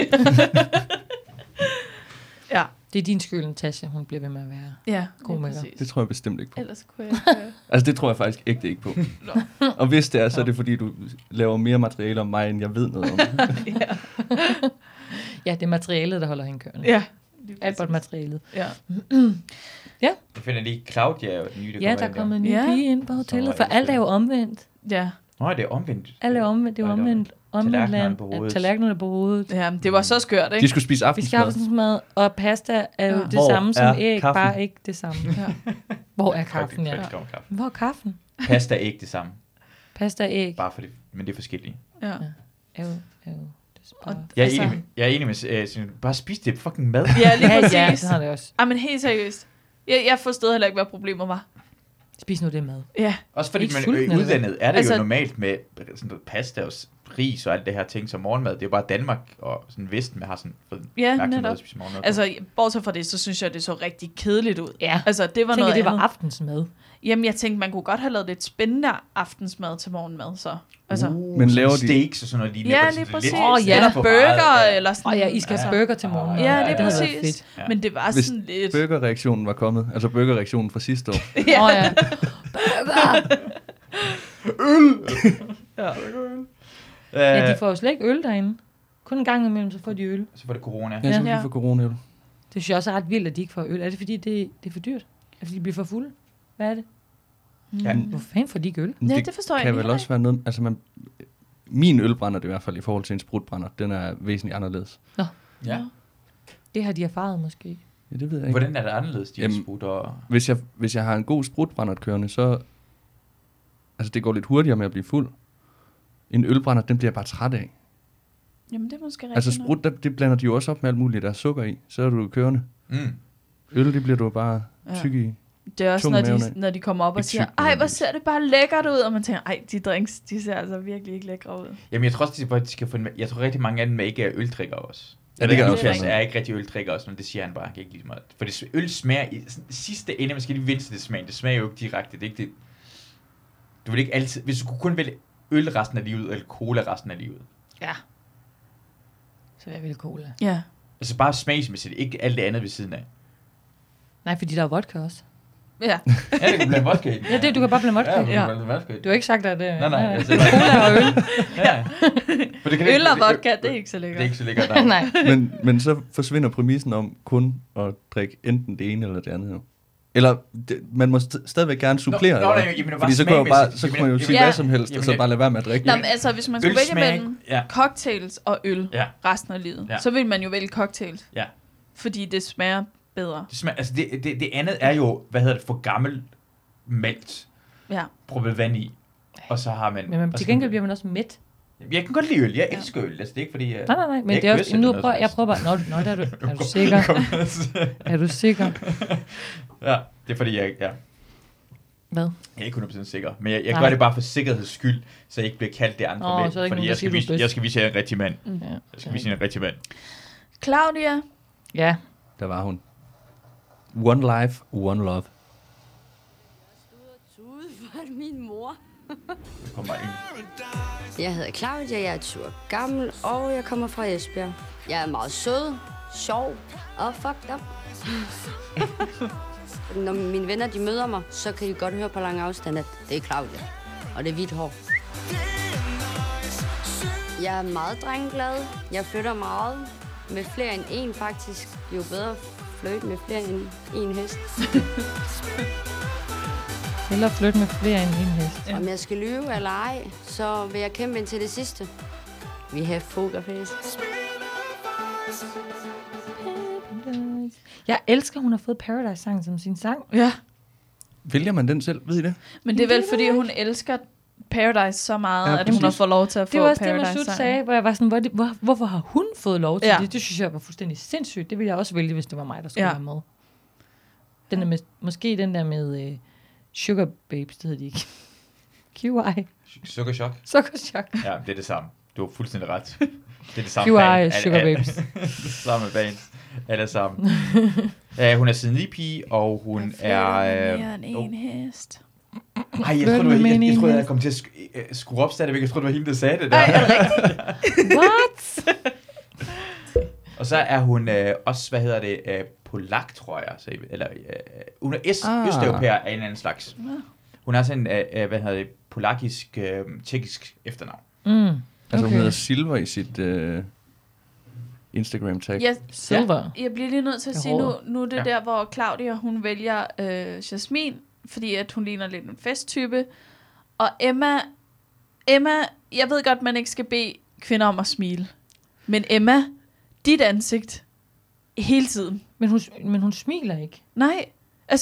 Ja. Det er din skyld, Natasha, hun bliver ved med at være komiker. Det tror jeg bestemt ikke på. Ellers kunne jeg ikke... Altså, det tror jeg faktisk ikke på. Og hvis det er, så er det fordi, du laver mere materiale om mig, end jeg ved noget om. Ja, det er materialet, der holder hende kørende. Ja. Albert-materialet. Ja. Ja. Jeg finder lige Claudia, den nye, der kommer en ny pige ind på hotellet, for alt er jo omvendt. Ja. Nå, det er omvendt. Alle er omvendt. Det er omvendt land. Tallerkenerne på hovedet. Ja, det var så skørt, ikke? De skulle spise aftensmad. Vi skal aftensmad, og pasta er jo det samme som æg, kaffen? Bare ikke det samme. Ja. Hvor er kaffen, ja? Hvor er kaffen? Pasta er ikke det samme. Pasta er æg. Bare fordi, men det er forskellige. Ja. Jeg er enig med bare spis det fucking mad. Ja, lige præcis. Ja, det har det også. Men helt seriøst. Jeg forstod heller ikke, hvad problemet var. Spis nu det mad. Ja. Også fordi man i udlandet er det jo normalt med sådan noget pasta og ris og alt det her ting som morgenmad. Det er jo bare Danmark og sådan Vesten, man har sådan fået mærksomhed at spise morgenmad. Altså, bortset fra det, så synes jeg, det så rigtig kedeligt ud. Ja. Altså, det var noget det var aftensmad. Jamen, jeg tænkte, man kunne godt have lavet lidt spændende aftensmad til morgenmad, så. Altså. Men laver de steaks og sådan noget lignende? Ja, lige præcis. Eller burger, eller sådan. Ja, I skal have burger til morgen. Ja, det er præcis. Ja. Men det var sådan lidt... Hvis burgerreaktionen var kommet, altså burgerreaktionen fra sidste år. ja. Burger! Øl! Ja, de får jo slet ikke øl derinde. Kun en gang imellem, så får de øl. Så får det corona. Ja, så får de for corona-øl. Det synes jeg også er ret vildt, at de ikke får øl. Er det fordi, det er for dyrt? Er det fordi, de bliver for fulde? Hvad er det? Ja. Hvor fanden får de ikke øl? Ja, det forstår jeg ikke. Det kan vel også være noget... Altså, min ølbrænder det i hvert fald i forhold til en sprutbrænder. Den er væsentligt anderledes. Nå. Ja. Det har de erfaret måske. Ja, det ved jeg ikke. Hvordan er det anderledes, de sprutter? Hvis jeg har en god sprutbrænder kørende, så... Altså, det går lidt hurtigere med at blive fuld. En ølbrænder, den bliver jeg bare træt af. Jamen, det er måske rigtigt. Altså, sprut, det blander de jo også op med alt muligt, der er sukker i. Så er du kørende. Øl, det bliver du bare tyk i. Det er også, når de kommer op og siger, ej, hvor ser det bare lækkert ud, og man tænker, ej, de drinks, de ser altså virkelig ikke lækre ud. Jamen, jeg tror også, de skal få jeg tror rigtig mange af dem ikke er øldrikker også. Ja, det kan også være. Er ikke rigtig øldrikker også, men det siger han bare ikke lige så meget. For det, øl smager i sidste ende, man skal lige vinde det smag. Det smager jo ikke direkte. Det er ikke det. Du vil ikke altid, hvis du kunne kun vælge øl resten af livet, eller cola resten af livet. Ja. Så jeg vil cola. Ja. Altså bare smagsmæssigt, ikke alt det andet ved siden af. Nej, fordi der er vodka også. Ja. Ja, det kan blive vodka i. Ja, det du kan bare blive vodka. Ja, du har ikke sagt, at det nej. Cola og øl. Ja. For det kan øl og vodka, det er ikke så lækkert. Det er ikke så lækkert, nej. Men så forsvinder præmissen om kun at drikke enten det ene eller det andet. Eller man må stadigvæk gerne supplere. Fordi så kan man jo sige hvad som helst, og så bare lade være med at drikke. Nå, men altså, hvis man skulle vælge mellem cocktails og øl resten af livet, så vil man jo vælge cocktails. Ja. Fordi det smager bedre. Det smager, altså det andet er jo, for gammel malt. Ja. Proppet vand i. Og så har man... Men til gengæld bliver man også mæt. Jeg kan godt lide øl. Jeg elsker øl. Altså, det er ikke fordi... Nej. Men det er også... Nu prøver jeg bare... Nå, der er du sikker? Er du sikker? Ja, det er fordi jeg... Ja. Hvad? Jeg er ikke 100% sikker. Men jeg gør det bare for sikkerheds skyld, så jeg ikke bliver kaldt det andre mænd. Fordi jeg skal vise jer en rigtig mand. Jeg skal vise jer en rigtig mand. Claudia. Ja. Der var hun. One life, one love. For min mor. Kommer ind. Jeg hedder Claudia, jeg er 20 år gammel, og jeg kommer fra Esbjerg. Jeg er meget sød, sjov og fucked up. Når mine venner de møder mig, så kan de godt høre på lang afstand, at det er Claudia, og det er hvidt hår. Jeg er meget drengeglad. Jeg flytter meget. Med flere end en faktisk. Jo bedre flytte med flere end en hest. Eller flytte med flere end en hest. Om jeg skal lyve eller ej, så vil jeg kæmpe indtil det sidste. Vi har pokerface. Jeg elsker, hun har fået Paradise-sangen som sin sang. Ja. Vælger man den selv? Ved I det? Men det er vel, fordi hun elsker Paradise så meget, at hun har fået lov til at få Paradise. Det var også det, Masud sagde, hvor jeg var sådan, hvorfor har hun fået lov til det? Det synes jeg var fuldstændig sindssygt. Det ville jeg også vælge, hvis det var mig, der skulle være med. Den er med, måske den der med Sugar Babes, det hedder de ikke. QI. Sugar Shock. Sugar Shock. Ja, det er det samme. Du har fuldstændig ret. Det er det samme QI band. Sugar Babes. Samme band. Alle sammen. Hun er siden pige, og hun er... mere end en hest. Ej, jeg troede, jeg kom til at skrue op stadigvæk. Jeg troede, det var hende, der sagde det der. What? Og så er hun også, polak, tror jeg. Så, eller hun er østeuropæer af en eller anden slags. Hun er sådan en, polakisk, tjekkisk efternavn. Altså hun hedder Silver i sit Instagram-tag. Silver? Jeg bliver lige nødt til at sige, nu er det der, hvor Claudia, hun vælger Jasmin, fordi at hun ligner lidt en festtype. Og Emma Emma, jeg ved godt, man ikke skal bede kvinder om at smile. Men Emma, dit ansigt hele tiden. Men hun smiler ikke. Nej, altså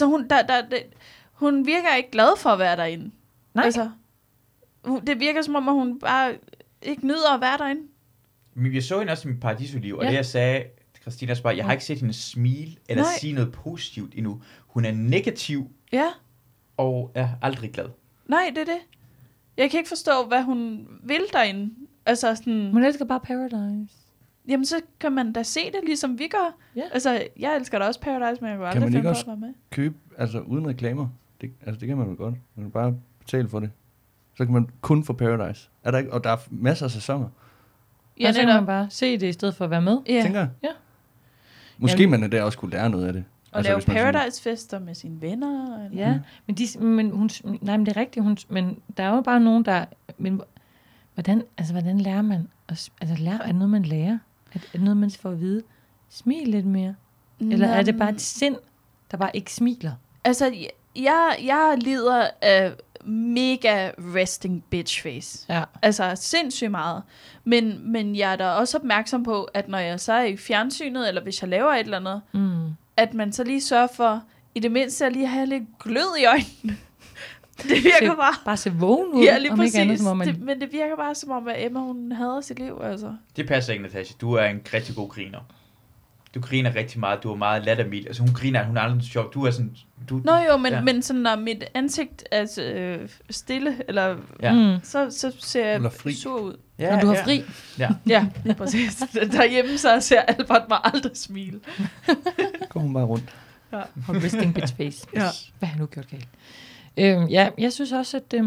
hun virker ikke glad for at være derinde. Nej. Altså, det virker som om, at hun bare ikke nyder at være derinde. Men vi så hende også i Paradisoliv, og det jeg sagde, Christina spørger, jeg har ikke set hende smile eller sige noget positivt endnu. Hun er negativ og er aldrig glad. Nej, det er det. Jeg kan ikke forstå, hvad hun vil derinde. Altså sådan, hun elsker bare Paradise. Jamen, så kan man da se det, ligesom vi gør. Ja. Altså, jeg elsker da også Paradise, men jeg vil aldrig finde på at være med. Købe, altså uden reklamer? Det kan man jo godt. Man kan bare betale for det. Så kan man kun få Paradise. Er der ikke? Og der er masser af sæsoner. Ja, så kan man bare se det, i stedet for at være med. Ja. Tænker jeg. Ja. Måske man der også kunne lære noget af det. Og lave Paradise-fester med sine venner. Eller? Ja, men det er rigtigt. Men der er jo bare nogen, der... Men hvordan lærer man? Er noget, man lærer? Er det noget, man får at vide? Smil lidt mere. Eller er det bare et sind, der bare ikke smiler? Altså, jeg lider af mega resting bitch face. Ja. Altså, sindssygt meget. Men jeg er da også opmærksom på, at når jeg så er i fjernsynet, eller hvis jeg laver et eller andet, at man så lige sørger for, i det mindste at lige have lidt glød i øjnene. Det virker bare se vågen ud. Ja, lige præcis. Andet, men det virker bare som om, at Emma, hun hader sit liv, altså. Det passer ikke, Natasha. Du er en rigtig god griner. Du griner rigtig meget. Du er meget lattermild. Altså, hun griner, hun er aldrig sjov. Du er sådan... Men sådan, når mit ansigt er stille, eller så ser jeg sur ud. Ja, når du har fri. Ja, lige præcis. Derhjemme så ser Albert mig aldrig smile. Går hun bare rundt. Ja. Og resting bitch face. Ja. Hvad har jeg nu gjort galt? Jeg synes også, at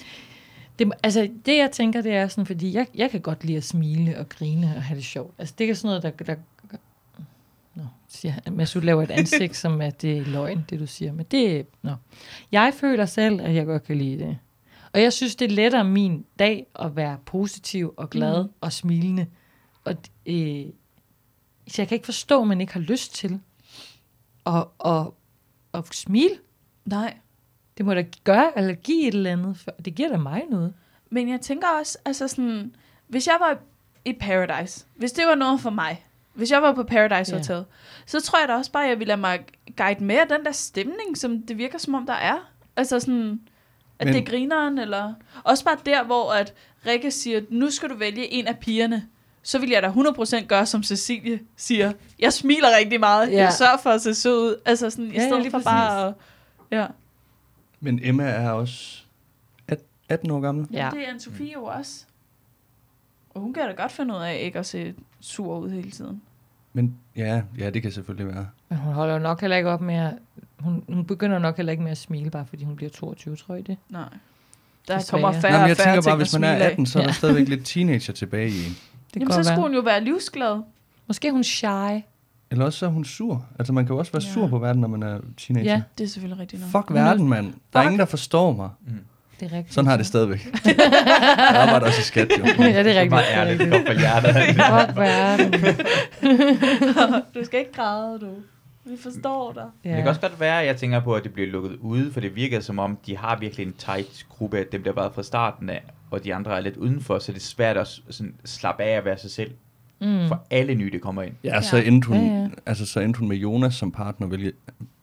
det jeg tænker, det er sådan, fordi jeg kan godt lide at smile og grine og have det sjovt. Altså det er sådan noget, der siger, Masud laver et ansigt, som at det er løgn, det du siger. Men det jeg føler selv, at jeg godt kan lide det. Og jeg synes, det letter min dag at være positiv og glad og smilende. Og så jeg kan ikke forstå, at man ikke har lyst til at smile. Nej. Det må da gøre, eller give et eller andet. For det giver da mig noget. Men jeg tænker også, altså sådan, hvis jeg var i Paradise, hvis det var noget for mig, hvis jeg var på Paradise Hotel, så tror jeg da også bare, at jeg ville lade mig guide med af den der stemning, som det virker som om der er. Altså sådan, at det er grineren, eller... Også bare der, hvor at Rikke siger, nu skal du vælge en af pigerne. Så vil jeg da 100% gøre, som Cecilie siger. Jeg smiler rigtig meget. Jeg sørger for at se sød ud. Altså sådan, i stedet for bare at... Ja. Men Emma er også 18 år gammel. Ja. Det er Anne-Sophie jo også. Og hun kan da godt finde ud af ikke at se sur ud hele tiden. Men ja, det kan selvfølgelig være. Men hun holder nok heller ikke op med at... Hun begynder nok heller ikke med at smile, bare fordi hun bliver 22, tror jeg det. Nej. Der kommer færre og færre jeg tænker bare, hvis man er 18, af. så er der stadigvæk lidt teenager tilbage i en. Jamen, så skulle hun jo være livsglad. Måske er hun shy. Eller også så er hun sur. Altså, man kan jo også være sur på verden, når man er teenager. Ja, det er selvfølgelig rigtigt nok. Fuck verden, mand. Der er ingen, der forstår mig. Det er rigtigt. Sådan har det stadigvæk. Jeg arbejder også i skat, jo. Ja, det er rigtigt. Meget ærligt, det går fra hjertet. Fuck verden. Du skal ikke græde, du. Vi forstår dig. Ja. Det kan også godt være, at jeg tænker på, at det bliver lukket ude, for det virker som om, de har virkelig en tight gruppe af dem, der har været fra starten af, og de andre er lidt udenfor, så det er svært at sådan slappe af at være sig selv. For alle nye, der kommer ind. Ja, så endte hun, altså, så endte hun med Jonas som partner.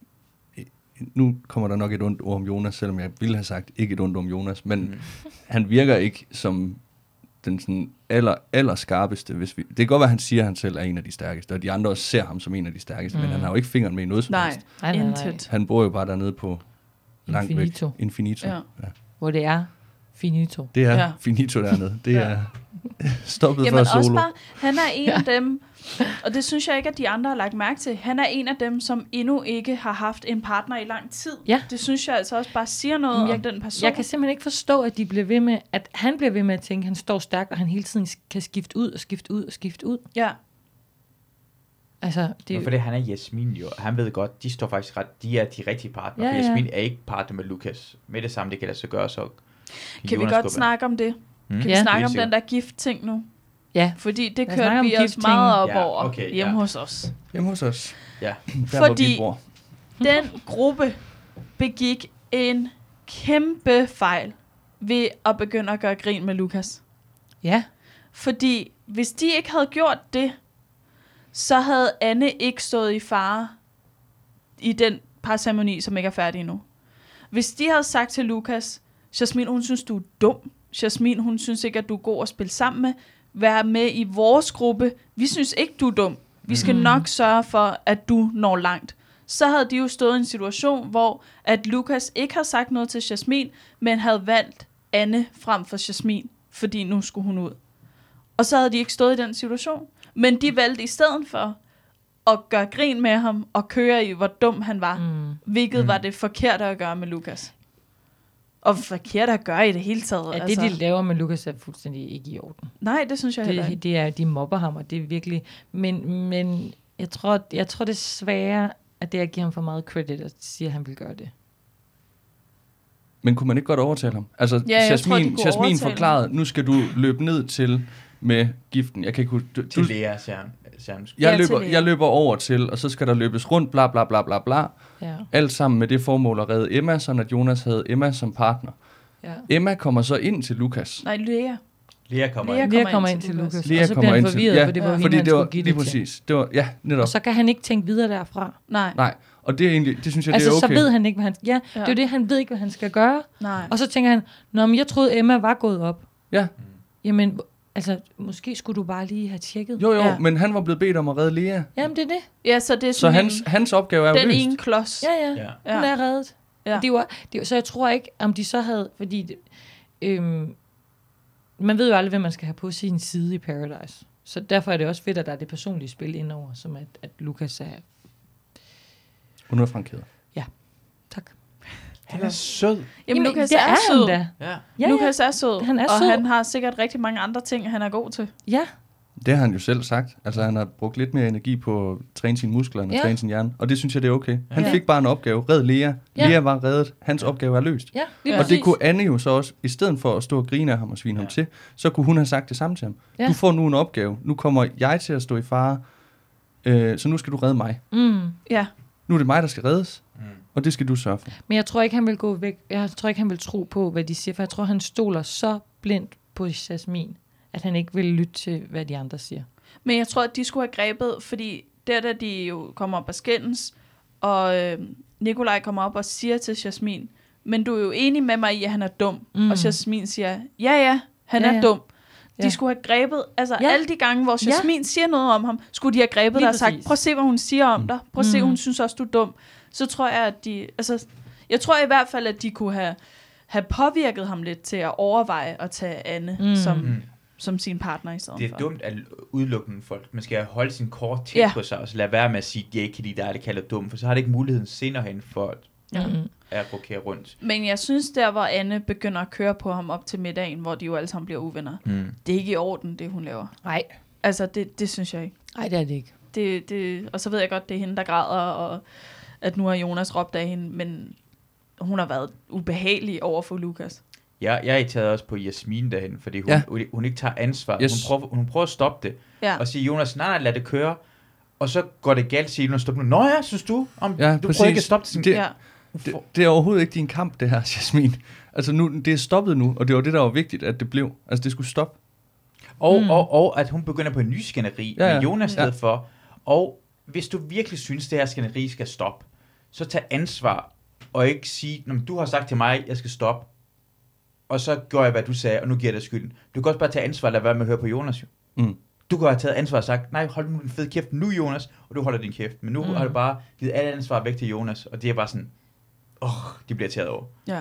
Nu kommer der nok et ondt ord om Jonas, selvom jeg ville have sagt ikke et ondt om Jonas, men han virker ikke som den sådan aller skarpeste. Det kan godt være, at han siger, at han selv er en af de stærkeste, og de andre også ser ham som en af de stærkeste, men han har jo ikke fingeren med i noget som helst. Nej. Han bor jo bare dernede på langt væk. Infinito. Ja. Hvor det er finito. Det er finito dernede. Det er stoppet før solo. Også bare, han er en af dem, og det synes jeg ikke, at de andre har lagt mærke til. Han er en af dem, som endnu ikke har haft en partner i lang tid. Ja. Det synes jeg altså også bare siger noget om den person. Jeg kan simpelthen ikke forstå, at de bliver ved med, at han bliver ved med at tænke, at han står stærkt, og han hele tiden kan skifte ud og skifte ud og skifte ud. Ja. Altså, det for det han er Jasmin jo. Han ved godt, de står faktisk ret, de er de rigtige partner. Ja, Jasmin er ikke partner med Lukas. Med det samme, det kan lade sig gøre, så kan vi godt snakke om det? Kan vi snakke om den der gift-ting nu? Ja. Fordi det kørte vi os meget op over hjemme hos os. Hjemme hos os. Ja. Fordi den gruppe begik en kæmpe fejl. ved at begynde at gøre grin med Lucas. Ja. Fordi hvis de ikke havde gjort det, så havde Anne ikke stået i fare i den parceremoni, som ikke er færdig endnu. Hvis de havde sagt til Lucas, Jasmine, hun synes, du er dum. Jasmine, hun synes ikke, at du er god at spille sammen med. Vær med i vores gruppe. Vi synes ikke, du er dum. Vi skal nok sørge for, at du når langt. Så havde de jo stået i en situation, hvor at Lucas ikke har sagt noget til Jasmine, men havde valgt Anne frem for Jasmine, fordi nu skulle hun ud. Og så havde de ikke stået i den situation. Men de valgte i stedet for at gøre grin med ham og køre i, hvor dum han var. Hvilket var det forkerte at gøre med Lucas. Og forkert at gøre i det hele taget. Ja, det de laver med Lucas er fuldstændig ikke i orden. Nej, det synes jeg heller ikke. Det er, de mobber ham, og det er virkelig... Men jeg tror desværre, at det er at give ham for meget credit, at sige, at han vil gøre det. Men kunne man ikke godt overtale ham? Altså, Jasmine forklarede, nu skal du løbe ned til med giften. Jeg kan ikke til Lea, jeg løber over til, og så skal der løbes rundt, bla bla bla bla bla. Ja. Alt sammen med det formål at redde Emma, sådan at Jonas havde Emma som partner. Ja. Emma kommer så ind til Lucas. Nej, Lea kommer ind til Lucas. Lea og så bliver han forvirret, for det var hende, han skulle give det præcis. Det var, ja, netop. Og så kan han ikke tænke videre derfra. Nej. Og det er egentlig, det synes jeg, altså, det er okay. Så ved han ikke, hvad han... Ja, det er jo det, han ved ikke, hvad han skal gøre. Nej. Og så tænker han, nå, men jeg troede, Emma var gået op. Ja. Jamen, altså, måske skulle du bare lige have tjekket. Jo, men han var blevet bedt om at redde Lea. Jamen, det er det. Ja, så det er så hans opgave er jo den løst. ene klods. Ja. Hun er reddet. Ja. Så jeg tror ikke, om de så havde... Fordi... man ved jo aldrig, hvad man skal have på sin side i Paradise. Så derfor er det også fedt, at der er det personlige spil indover, som at Lucas er... Hun er frankeret. Ja, tak. Han er sød. Jamen, Lucas er sød. Ja. Lucas er sød. Han er og sød. han har sikkert rigtig mange andre ting, han er god til. Ja. Det har han jo selv sagt. Altså, han har brugt lidt mere energi på at træne sine muskler, end at træne sin hjerne. Og det synes jeg, det er okay. Han fik bare en opgave. Red Lea. Lea var reddet. Hans opgave er løst. Ja, og det kunne Anne jo så også, i stedet for at stå og grine af ham og svine ham til, så kunne hun have sagt det samme til ham. Ja. Du får nu en opgave. Nu kommer jeg til at stå i fare. Så nu skal du redde mig. Ja. Nu er det mig, der skal reddes. Og det skal du sørge for. Men jeg tror ikke, han vil gå væk. Jeg tror ikke, han vil tro på, hvad de siger. For jeg tror, han stoler så blindt på Jasmine, at han ikke vil lytte til, hvad de andre siger. Men jeg tror, at de skulle have grebet, fordi der de jo kommer op og skændes, og Nikolaj kommer op og siger til Jasmine, men du er jo enig med mig i, at han er dum. Og Jasmine siger, ja, han er dum. De skulle have grebet, alle de gange, hvor Jasmine siger noget om ham, skulle de have grebet der og sagt, prøv at se, hvad hun siger om dig. Prøv at se, hun synes også, du er dum. Så tror jeg, at jeg tror i hvert fald, at de kunne have påvirket ham lidt til at overveje at tage Anne som sin partner i stedet for. Det er dumt at udelukke folk. Man skal holde sin kort tæt på sig, og så lade være med at sige, at de ikke kan lide dig, det kalder dum, for så har det ikke muligheden senere hen for at rokere rundt. Men jeg synes, der hvor Anne begynder at køre på ham op til middagen, hvor de jo alle sammen bliver uvenner, det er ikke i orden, det hun laver. Nej. Altså, det synes jeg ikke. Nej, det er det ikke. Og så ved jeg godt, det er hende, der græder, og at nu har Jonas råbt af hende, men hun har været ubehagelig over for Lucas. Jeg er taget også på Jasmine derhen, fordi hun ikke tager ansvar. Yes. Hun prøver at stoppe det, og sige, Jonas, nej, lad det køre. Og så går det galt, siger Jonas, stop nu. Nå ja, synes du? Du prøver ikke at stoppe det. Det er overhovedet ikke din kamp, det her, Jasmine. Altså, det er stoppet nu, og det var det, der var vigtigt, at det blev. Altså, det skulle stoppe. Og at hun begynder på en ny skænderi med Jonas stedet for. Og hvis du virkelig synes, det her skænderi skal stoppe, så tag ansvar, og ikke sige, du har sagt til mig, jeg skal stoppe, og så gør jeg, hvad du sagde, og nu giver jeg dig skylden. Du kan også bare tage ansvar, og lade være med at høre på Jonas. Du kan have taget ansvar og sagt, nej, hold nu din fede kæft nu, Jonas, og du holder din kæft. Men nu har du bare givet alle ansvar væk til Jonas, og det er bare sådan, de bliver taget over. Ja.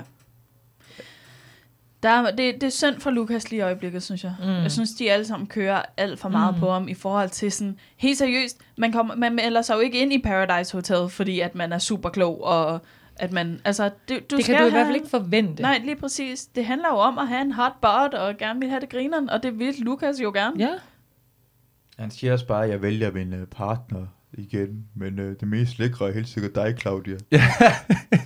Det er synd for Lucas lige i øjeblikket, synes jeg. Jeg synes, de alle sammen kører alt for meget på ham i forhold til sådan, helt seriøst, man melder sig jo ikke ind i Paradise Hotel, fordi at man er super klog, og at man, altså, det kan du i hvert fald ikke forvente. Nej, lige præcis. Det handler jo om at have en hot bod, og gerne vil have det grineren, og det vil Lucas jo gerne. Ja. Han siger også bare, at jeg vælger min partner igen, men det mest lækre er helt sikkert dig, Claudia. Ja.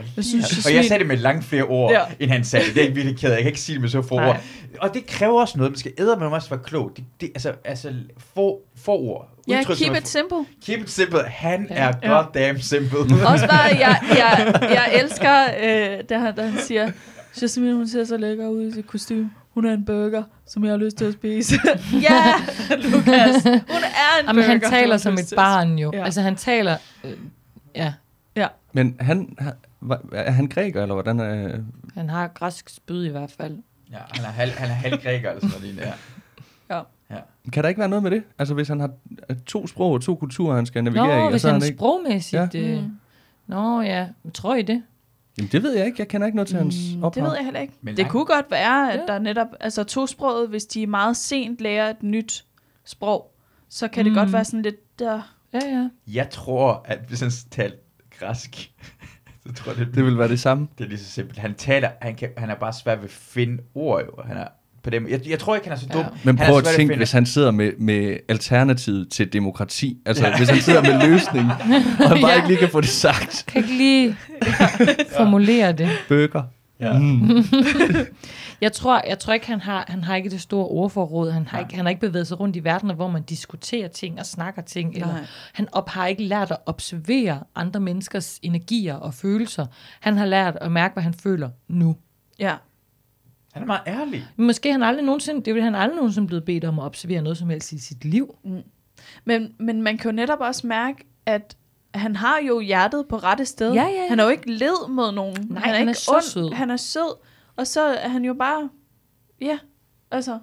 Jeg synes, og jeg sagde det med langt flere ord, end han sagde det. Det er ikke virkelig ked af. Jeg kan ikke sige det med så få ord. Og det kræver også noget. Man skal æde, man også være klog. Altså få ord. Ja, keep it simple. Keep it simple. Han er goddamn simple. Også bare, jeg elsker, da han siger, Jasmine, hun ser så lækker ud i sit kostume. Hun er en burger, som jeg har lyst til at spise. Ja, Lukas. Hun er en burger. Han taler som et barn jo. Ja. Altså han taler... Ja. Men er han græker, eller hvordan er... Han har græsk spyd i hvert fald. Ja, han er halvgræker, eller sådan noget. Ja. Kan der ikke være noget med det? Altså hvis han har 2 sprog og 2 kulturer, han skal navigere i. Hvis han er ikke... sprogmæssigt... Ja. Tror I det? Jamen det ved jeg ikke. Jeg kender ikke noget til hans ophav. Det ved jeg heller ikke. Men det kunne godt være, at der netop... Altså 2-sproget, hvis de meget sent lærer et nyt sprog, så kan det godt være sådan lidt der... Ja. Jeg tror, at hvis han taler græsk, så tror jeg, det vil være det samme. Det er lige så simpelt. Han er bare svær ved at finde ord, jo. Han er på dem. Jeg tror ikke, han er så dum. Men prøv at tænke, hvis han sidder med alternativet til demokrati. Altså, hvis han sidder med løsning, og han bare ikke lige kan få det sagt. Kan ikke lige formulere det. Burger. Ja. Jeg tror ikke, han har ikke det store ordforråd. Han har ikke bevæget sig rundt i verden, hvor man diskuterer ting og snakker ting. Eller han har ikke lært at observere andre menneskers energier og følelser. Han har lært at mærke, hvad han føler nu. Ja. Han er meget ærlig. Men måske han aldrig nogensinde blevet bedt om at observere noget som helst i sit liv. Men man kan jo netop også mærke, at han har jo hjertet på rette sted. Ja. Han er jo ikke led mod nogen. Nej, han er ikke så sød. Han er sød. Og så er han jo bare... Ja, altså...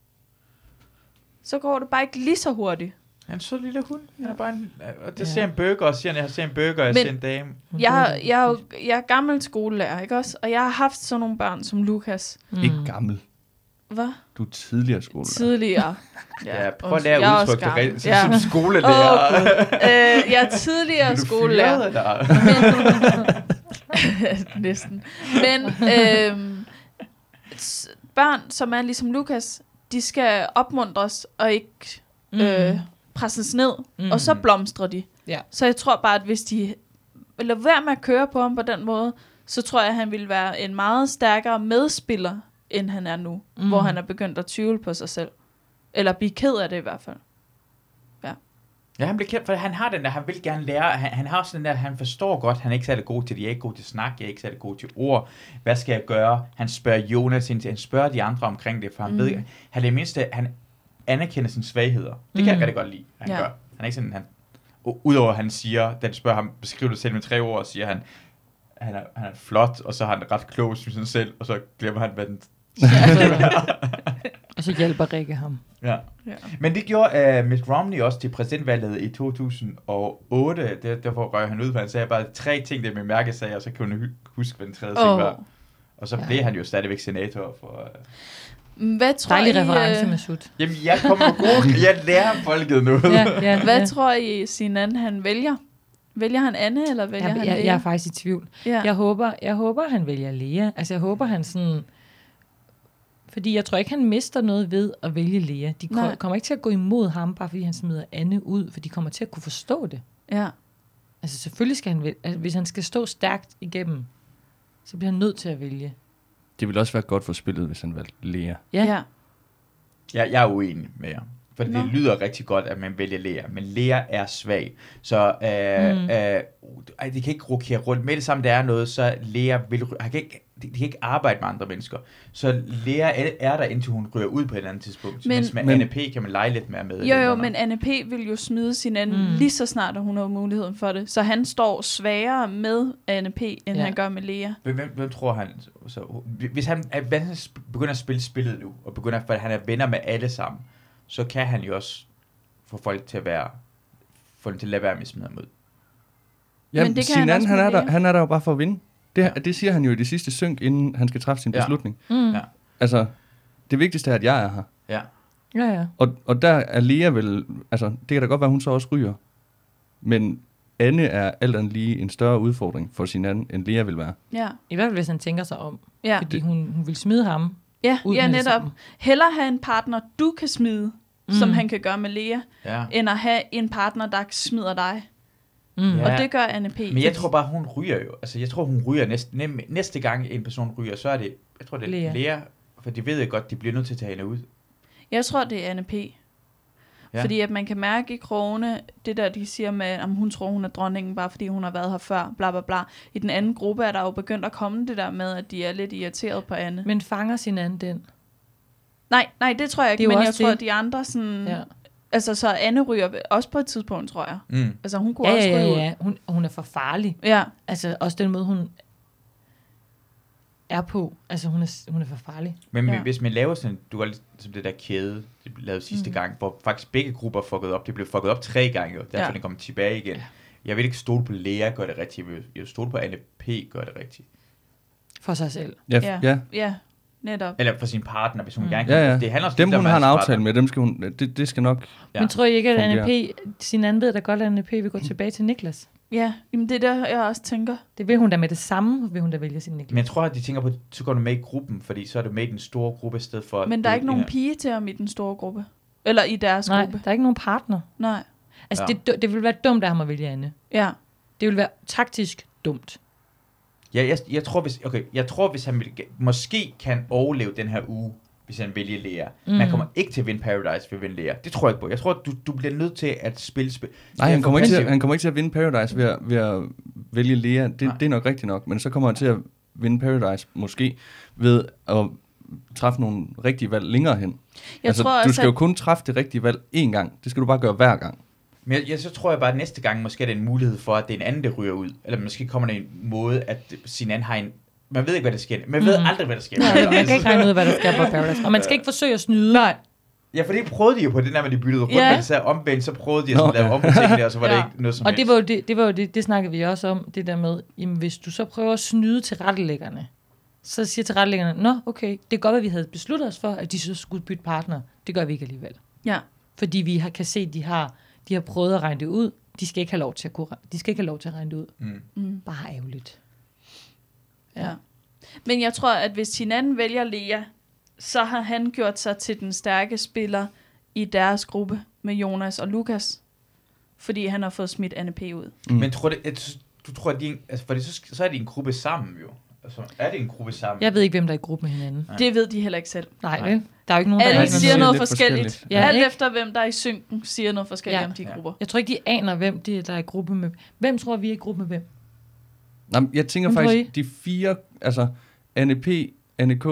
Så går det bare ikke lige så hurtigt. Han er en sød lille hund. Han er bare og det ser en burger, og siger jeg ser en burger, og jeg ser en dame. Jeg er gammel skolelærer, ikke også? Og jeg har haft sådan nogle børn som Lukas. Ikke gammel. Hvad? Du er tidligere skolelærer. Tidligere. Ja, prøv at lære at udtrykke det rent som skolelærer. Jeg er tidligere skolelærer. Næsten. Men børn, som er ligesom Lukas, de skal opmuntres og ikke presses ned, og så blomstrer de. Ja. Så jeg tror bare, at hvis de lader være med at køre på ham på den måde, så tror jeg, at han vil være en meget stærkere medspiller, end han er nu, hvor han er begyndt at tvivle på sig selv. Eller blive ked af det i hvert fald. Ja, han bliver kendt, for han har den der, han vil gerne lære, han har sådan den der, han forstår godt, han er ikke særlig god til det, jeg er ikke god til snak, jeg er ikke særlig god til ord, hvad skal jeg gøre? Han spørger Jonas ind til, han spørger de andre omkring det, for han ved, han er det mindste, han anerkender sine svagheder. Det kan jeg rigtig godt lide, han gør. Han er ikke sådan, udover han siger, da de spørger ham, beskriver det selv med 3 ord, siger han er flot, og så har han ret klog som sig selv, og så glemmer han, hvad den og så hjælper Rikke ham. Ja. Men det gjorde Mitt Romney også til præsidentvalget i 2008. Derfor røg han ud, for han sagde bare 3 ting, det med mærkesager, og så kunne han huske, hvad den 3. ting var. Og så blev han jo stadigvæk senator for... Hvad tror I... reference med Sut. Jamen, jeg kommer god. Jeg lærer folket noget. Hvad tror I, Sinan, han vælger? Vælger han Anne, eller vælger han Lea? Jeg er faktisk i tvivl. Ja. Jeg håber, han vælger Lea. Altså, jeg håber, han sådan... Fordi jeg tror ikke, han mister noget ved at vælge Lea. De kommer ikke til at gå imod ham, bare fordi han smider Anne ud, for de kommer til at kunne forstå det. Ja. Altså selvfølgelig skal han hvis han skal stå stærkt igennem, så bliver han nødt til at vælge. Det ville også være godt for spillet, hvis han valgte Lea. Ja. Jeg er uenig med jer. For det lyder rigtig godt, at man vælger Lea. Men Lea er svag. Så det kan ikke rokere rundt. Med det samme, der er noget, så Lea de kan ikke arbejde med andre mennesker. Så Lea er der, indtil hun ryger ud på et eller andet tidspunkt. Mens med Anne P. kan man lege lidt mere med. Jo, men Anne P. vil jo smide sin anden lige så snart, at hun har muligheden for det. Så han står svagere med Anne P., end han gør med Lea. Hvem tror han? Så, hvis han begynder at spille spillet nu, og begynder, for han er venner med alle sammen, så kan han jo også få folk til at lade være med at smide ham ud. Jamen, Sinan, han er der jo bare for at vinde. Det siger han jo i det sidste synk, inden han skal træffe sin beslutning. Ja. Altså, det vigtigste er, at jeg er her. Ja. Og der er Lea vel... Altså, det kan da godt være, hun så også ryger. Men Anne er alt andet lige en større udfordring for Sinan, end Lea vil være. Ja. I hvert fald, hvis han tænker sig om. Ja. Fordi hun vil smide ham. Ja, netop. Hellere have en partner, du kan smide, som han kan gøre med Lea, end at have en partner, der smider dig. Og det gør Anne P. Men jeg tror bare, hun ryger jo. Altså, jeg tror, hun ryger næste gang en person ryger, så er det, jeg tror, det er Lea. For de ved jo godt, de bliver nødt til at tage hende ud. Jeg tror, det er Anne P. Ja. Fordi at man kan mærke i krogene, det der, de siger med, om hun tror, hun er dronningen, bare fordi hun har været her før, bla bla bla. I den anden gruppe er der jo begyndt at komme det der med, at de er lidt irriteret på Anne. Men fanger sin anden den? Nej, det tror jeg ikke, men jeg tror, at de andre sådan... Ja. Altså, så Anne ryger også på et tidspunkt, tror jeg. Altså, hun kunne også ryge ud. Ja. Hun er for farlig. Ja. Altså, også den måde, hun er på. Altså, hun er for farlig. Men hvis man laver sådan, du har som det der kæde, det blev lavet sidste gang, hvor faktisk begge grupper fuckede op. Det blev fucket op 3 gange, og derfor den kommer tilbage igen. Ja. Jeg vil ikke stole på Lea gør det rigtigt. Jeg vil stole på Anne P. gør det rigtigt. For sig selv. Ja. Netop. Eller for sin partner, hvis hun gerne kan. Ja. Det handler dem, hun har en aftale med, dem skal hun, det skal nok. Ja. Men tror I ikke, at Anne P. sin anden ved, der godt, at Anne P. vil gå tilbage til Niklas? Ja, jamen det er der, jeg også tænker. Det vil hun da med det samme, vil hun da vælge sin Niklas. Men jeg tror, at de tænker på, så går du med i gruppen, fordi så er du med i den store gruppe i stedet for... Men der er ikke nogen pige til ham i den store gruppe? Eller i deres gruppe? Nej, der er ikke nogen partner. Nej. Altså, det vil være dumt af ham at vælge Anne. Ja. Det vil være taktisk dumt. Ja, jeg tror, hvis han måske kan overleve den her uge, hvis han vælger Lea. Man kommer ikke til at vinde Paradise ved at vinde Lea. Det tror jeg ikke på. Jeg tror, at du bliver nødt til at spille... Nej, han kommer ikke til at vinde Paradise ved at vælge Lea. Det er nok rigtigt nok. Men så kommer han til at vinde Paradise måske ved at træffe nogle rigtige valg længere hen. Du skal jo kun træffe det rigtige valg én gang. Det skal du bare gøre hver gang. Men så tror jeg bare, at næste gang måske er det en mulighed for, at det er en anden, der ryger ud. Eller måske kommer der en måde, at sin anden har en... Man ved ikke, hvad der sker. Man ved aldrig, hvad der sker. Nej, man kan ikke regne ud, hvad der sker på Paradise. Og man skal ikke forsøge at snyde. Nej. Ja, for det prøvede de jo på det der, med de byttede rundt, men så omvendt, så prøvede de at lave om på tingene, og så var det ikke noget som helst. Og det var jo det snakkede vi også om, det der med, jamen hvis du så prøver at snyde tilrettelæggerne, så siger tilrettelæggerne, nå okay, det kan godt være, at vi havde besluttet os for, at de så skulle bytte partner. Det gør vi ikke alligevel. Ja. Fordi vi kan se, at de har prøvet at regne det ud. De skal ikke have lov til at regne det ud. Bare ærgerligt. Ja. Men jeg tror, at hvis sin anden vælger Lea, så har han gjort sig til den stærke spiller i deres gruppe med Jonas og Lukas. Fordi han har fået smidt Anne P. ud. Men du tror, at så er de en gruppe sammen jo. Altså, er det en gruppe sammen? Jeg ved ikke, hvem der er i gruppe med hinanden. Nej. Det ved de heller ikke selv. Nej. Der er jo ikke nogen, alle siger noget forskelligt. Ja, alt efter, hvem der er i synken, siger noget forskelligt om de grupper. Jeg tror ikke, de aner, hvem der er i gruppe med. Hvem tror vi er i gruppe med hvem? Jamen, jeg tænker faktisk, de 4, altså Anne P., Anne K.,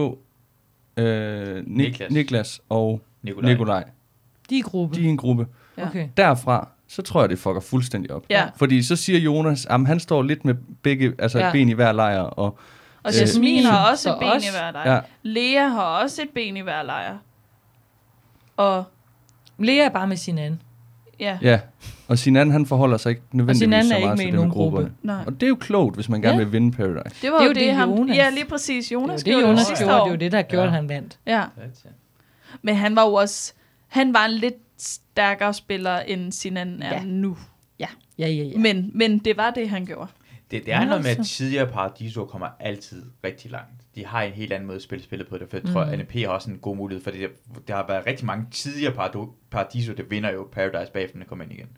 Niklas og Nikolaj. De er i gruppe. De er i en gruppe. Ja. Okay. Derfra, så tror jeg, det fucker fuldstændig op. Ja. Fordi så siger Jonas, at han står lidt med begge, altså ben i hver lejr. Og Jasmin har også et ben i hver lejr. Ja. Lea har også et ben i hver lejr. Og Lea er bare med sin anden. Ja. Og sin anden, han forholder sig ikke nødvendigvis så meget til det med grupperne. Og det er jo klogt, hvis man gerne vil vinde Paradise. Det var jo det Jonas. Ja, lige præcis. Jonas gjorde det var jo det, der gjorde, han vandt. Ja. Men han var jo også... Han var en lidt stærkere spiller, end sin anden er nu. Ja. Men det var det, han gjorde. Det er noget med, at tidligere Paradiso kommer altid rigtig langt. De har en helt anden måde at spille spillet på det, for jeg tror, at NP har også en god mulighed, for der har været rigtig mange tidligere Paradiso, der vinder jo Paradise bagefter, når kommer ind igen.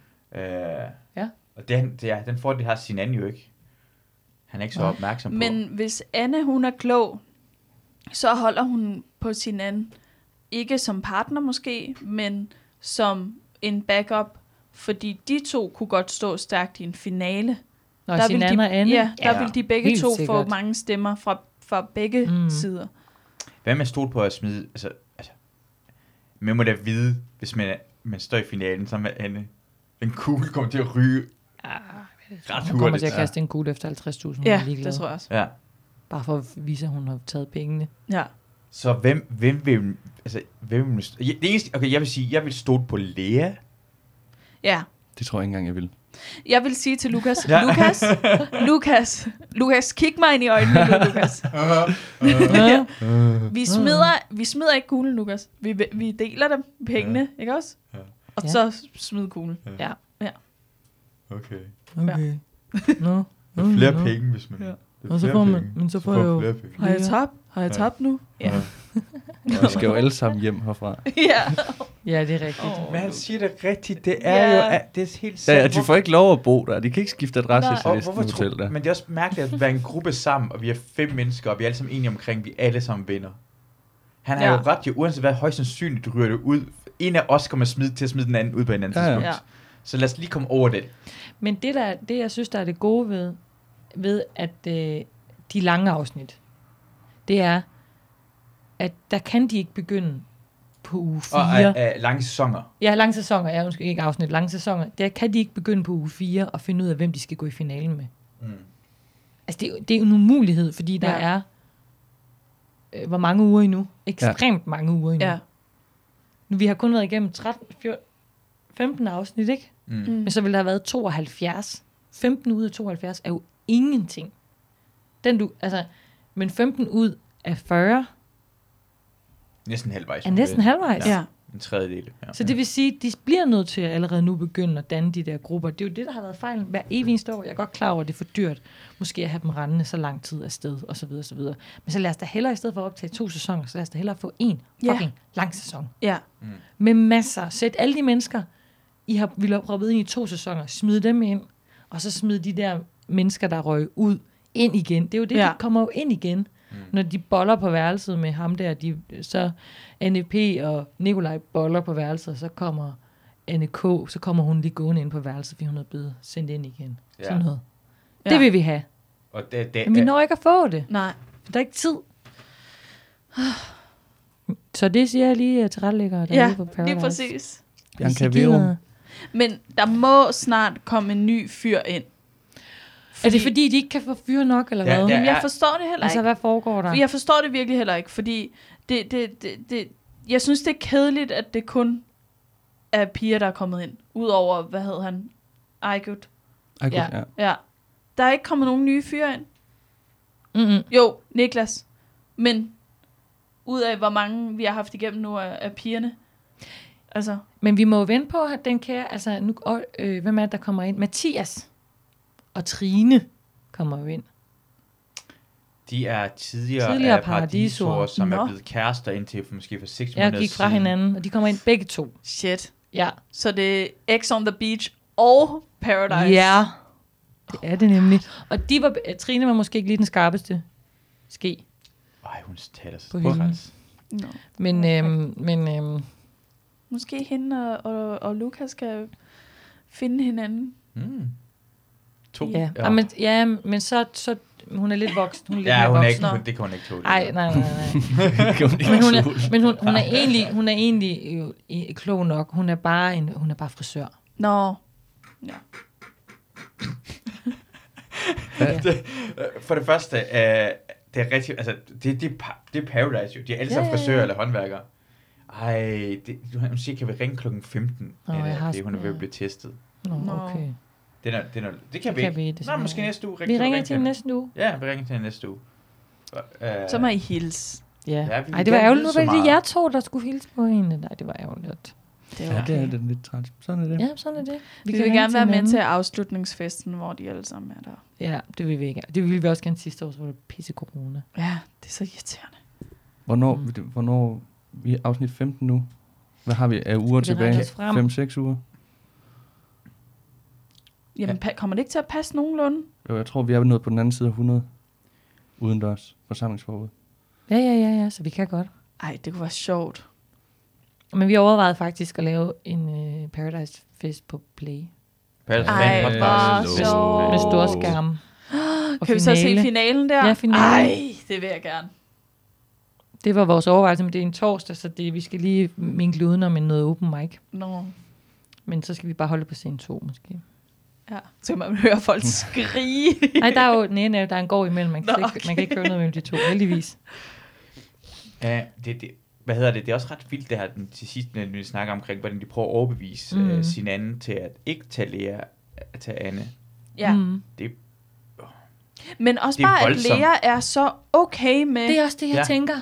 Og den fordel har sin anden jo ikke. Han er ikke så opmærksom på. Men hvis Anne, hun er klog, så holder hun på sin anden, ikke som partner måske, men som en backup, fordi de to kunne godt stå stærkt i en finale. Der vil de begge to få mange stemmer fra begge sider. Hvad med stol på at smide? Altså, man må da vide, hvis man står i finalen, så med Anne. En kugle kommer til at ryge ret hurtigt. Hun kommer til at kaste en kugle efter 50.000. Ja, det tror jeg også. Ja. Bare for at vise, at hun har taget pengene. Ja. Så hvem vil... Altså, hvem vil... Det eneste... Okay, jeg vil sige, jeg vil stole på Lea. Ja. Det tror jeg ikke engang, jeg vil. Jeg vil sige til Lukas, Lukas, kig mig ind i øjnene, Lukas. Vi smider ikke kuglen, Lukas. Vi deler dem pengene, ikke også? Ja. Og så smid kuglen. Ja. Okay. Nå. Flere penge, hvis man... Og så får man, men så får jeg jo... Har jeg tabt nu? Ja. Vi skal jo alle sammen hjem herfra. Ja, det er rigtigt. Men han siger det rigtigt. Det er jo det er helt sandt. Ja, de får ikke lov at bo der. De kan ikke skifte adresse til næste hotel der. Men det er også mærkeligt at være en gruppe sammen, og vi er 5 mennesker, og vi er alle sammen enige omkring, vi alle sammen vinder. Han er jo ret, jo uanset hvad højst sandsynligt ryger det ud. En af os kommer til at smide den anden ud på en anden tidspunkt. Ja. Så lad os lige komme over det. Men det jeg synes, der er det gode ved at de lange afsnit, det er, at der kan de ikke begynde på uge 4. Og lange sæsoner. Ja, lange sæsoner. Ja, måske ikke afsnit. Lange sæsoner. Der kan de ikke begynde på uge 4 og finde ud af, hvem de skal gå i finalen med. Altså, det er jo en umulighed, fordi der er hvor mange uger endnu? Ekstremt mange uger endnu. Ja. Nu, vi har kun været igennem 15 afsnit, ikke? Men så ville der have været 72. 15 ud af 72 er jo ingenting. Men 15 ud af 40 næsten halvvejs. Er næsten halvvejs? Ja. En tredjedel. Ja. Så det vil sige, at de bliver nødt til at allerede nu begynde at danne de der grupper. Det er jo det, der har været fejlen hver evig eneste år. Jeg er godt klar over, at det er for dyrt. Måske at have dem rendende så lang tid afsted, og så videre, og så videre. Men så lad os da hellere, i stedet for at optage 2 sæsoner, så lad os da hellere få en fucking lang sæson. Ja. Med masser. Sæt alle de mennesker, vi har proppet ind i 2 sæsoner, smid dem ind, og så smid de der mennesker, der røg ud, ind igen. Det er jo det, de kommer jo ind igen. Når de boller på værelset med ham der, så NEP og Nikolaj boller på værelset, så kommer NK, så kommer hun lige gående ind på værelset, fordi hun er blevet sendt ind igen. Ja. Sådan noget. Ja. Det vil vi have. Og men vi når ikke at få det. Nej. For der er ikke tid. Så det siger jeg lige til retlæggere, der er på Paradise. Lige præcis. Men der må snart komme en ny fyr ind. Er det fordi, de ikke kan få fyre nok, eller hvad? Men jeg forstår det heller ikke. Altså, hvad foregår der? Jeg forstår det virkelig heller ikke, fordi jeg synes, det er kedeligt, at det kun er piger, der er kommet ind. Udover, hvad hed han? Aykut. Ja. Der er ikke kommet nogen nye fyre ind. Jo, Niklas. Men ud af, hvor mange vi har haft igennem nu af pigerne. Altså. Men vi må jo vente på, at den kære, altså nu, hvem er det, der kommer ind? Mathias og Trine kommer jo ind. De er tidligere paradisoer, som er blevet kærester indtil måske for 6 måneder siden. Jeg gik fra hinanden, og de kommer ind begge 2. Shit. Ja. Så det er X on the Beach og Paradise. Ja, det er det nemlig. Og Trine var måske ikke lige den skarpeste ske. Ej, hun taler så træls. No. Men måske hende og Lukas skal finde hinanden. 2. Ja. Men så hun er lidt voksen. Hun er lidt hun er ikke, det kan hun ikke tåle. Nej. Men hun er egentlig klog nok. Hun er bare frisør. Nå. Ja. For det første, det er rigtig, altså det er Paradise jo. De er alle sammen frisører eller håndværkere. Ej, hun siger, kan vi ringe klokken 15, fordi hun er ved at blive testet. Okay. Det kan vi ikke. Nej, måske næste uge. Vi ringer til næste uge. Ja, vi ringer til næste uge. Så må I hilse. Ja. Ej, det var ærgerligt. Nu var det jer 2, der skulle hilse på hende. Nej, det var ærgerligt. Det er den lidt træt. Sådan er det. Ja, sådan er det. Vi vil gerne være med til afslutningsfesten, hvor de alle sammen er der. Ja, det vil vi ikke. Det ville vi også gerne sidste år, så var det pisse corona. Ja, det er så irriterende. Hvornår vi er afsnit 15 nu? Hvad har vi af uger tilbage? 5-6 uger? Jamen, kommer det ikke til at passe nogenlunde? Jo, jeg tror, vi er nået på den anden side af 100 udendørs forsamlingsforbud. Ja, så vi kan godt. Ej, det kunne være sjovt. Men vi overvejede faktisk at lave en Paradise-fest på Play. Ej, med stor skærm. Kan vi så se finalen der? Ja, finalen. Ej, det vil jeg gerne. Det var vores overvejelse, men det er en torsdag, så vi skal lige minkle udenom en noget open mic. Men så skal vi bare holde på scene 2, måske. Ja, så kan man høre folk skrige. Nej, der er jo der er en gård imellem. Man kan ikke høre noget mellem de 2, heldigvis. Ja, hvad hedder det? Det er også ret vildt, det her til sidst, når vi snakker omkring, hvordan de prøver at overbevise sin anden til at ikke tage Lea, at tage Anne. Ja. Men også det bare, at Lea er så okay med... Det er også det, jeg tænker.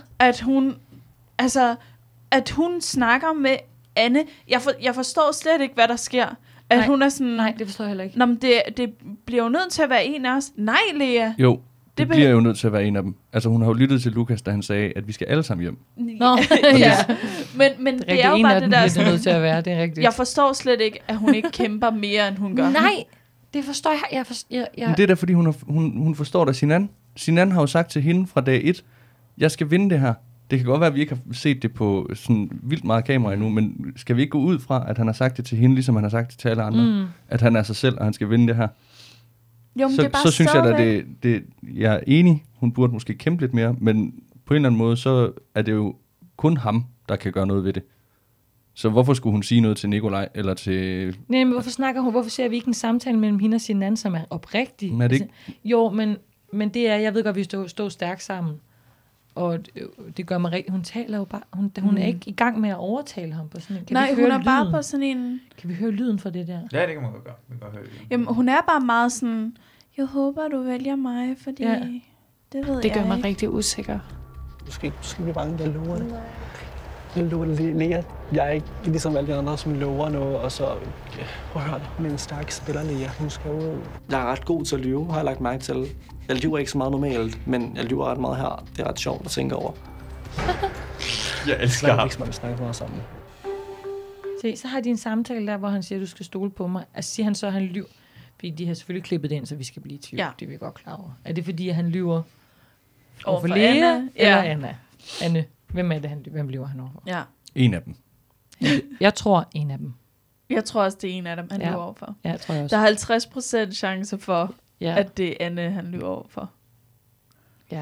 At hun snakker med Anne. Jeg forstår slet ikke, hvad der sker. At hun er sådan... Nej, det forstår jeg heller ikke. Nå, men det bliver jo nødt til at være en af os. Nej, Lea. Jo, Det bliver jo nødt til at være en af dem. Altså, hun har jo lyttet til Lukas, da han sagde, at vi skal alle sammen hjem. Nå, ja. Men det er jo bare det der... Det nødt til at være, det er rigtigt. Jeg forstår slet ikke, at hun ikke kæmper mere, end hun gør. Nej, det forstår jeg. Men det er da, fordi hun forstår det. Sinan har jo sagt til hende fra dag 1, jeg skal vinde det her. Det kan godt være, at vi ikke har set det på sådan vildt meget kamera endnu, men skal vi ikke gå ud fra, at han har sagt det til hende, ligesom han har sagt det til alle andre? At han er sig selv, og han skal vinde det her? Jo, men det er bare så synes jeg da, jeg er enig. Hun burde måske kæmpe lidt mere, men på en eller anden måde, så er det jo kun ham, der kan gøre noget ved det. Så hvorfor skulle hun sige noget til Nikolaj, eller til... Nej, men hvorfor snakker hun? Hvorfor ser vi ikke en samtale mellem hende og sin anden, som er oprigtig? Men er det ikke... Jo, men det er, jeg ved godt, vi står stærkt sammen. Og det gør mig rigtig... Hun taler jo bare... Hun er ikke i gang med at overtale ham på sådan en... Nej, hun er bare på sådan en... Kan vi høre lyden for det der? Ja, det kan man godt gøre. Vi kan godt høre lyden. Jamen, hun er bare meget sådan... Jeg håber, du vælger mig, fordi... Ja. Det ved jeg Det gør mig ikke. rigtig usikker. Du skal ikke blive bange, jeg lover det. Jeg lover det, Lea. Jeg er ikke ligesom alle de andre, som lover noget, og så... Prøv at høre det. Men en stærk spiller, Lea. Hun skal ud. Jeg er ret god til at lyve, har jeg lagt mærke til. Jeg lyver ikke så meget normalt, men jeg lyver ret meget her. Det er ret sjovt at tænke over. Jeg elsker ham. Vi snakker meget sammen. Se, så har de en samtale der, hvor han siger, at du skal stole på mig. Altså siger han så, at han lyver. Fordi de har selvfølgelig klippet det ind, så vi skal blive i tvivl. Ja. Det er vi godt klar over. Er det fordi, at han lyver Over for Lea Anna? eller Ja. Anna? Anne, hvem er det, hvem lyver han overfor? Ja. En af dem. Jeg tror, en af dem. Jeg tror også, det er en af dem, han lyver overfor. Ja, jeg tror jeg også. Der er 50% chance for, at det er Anne, han lyver overfor. Ja.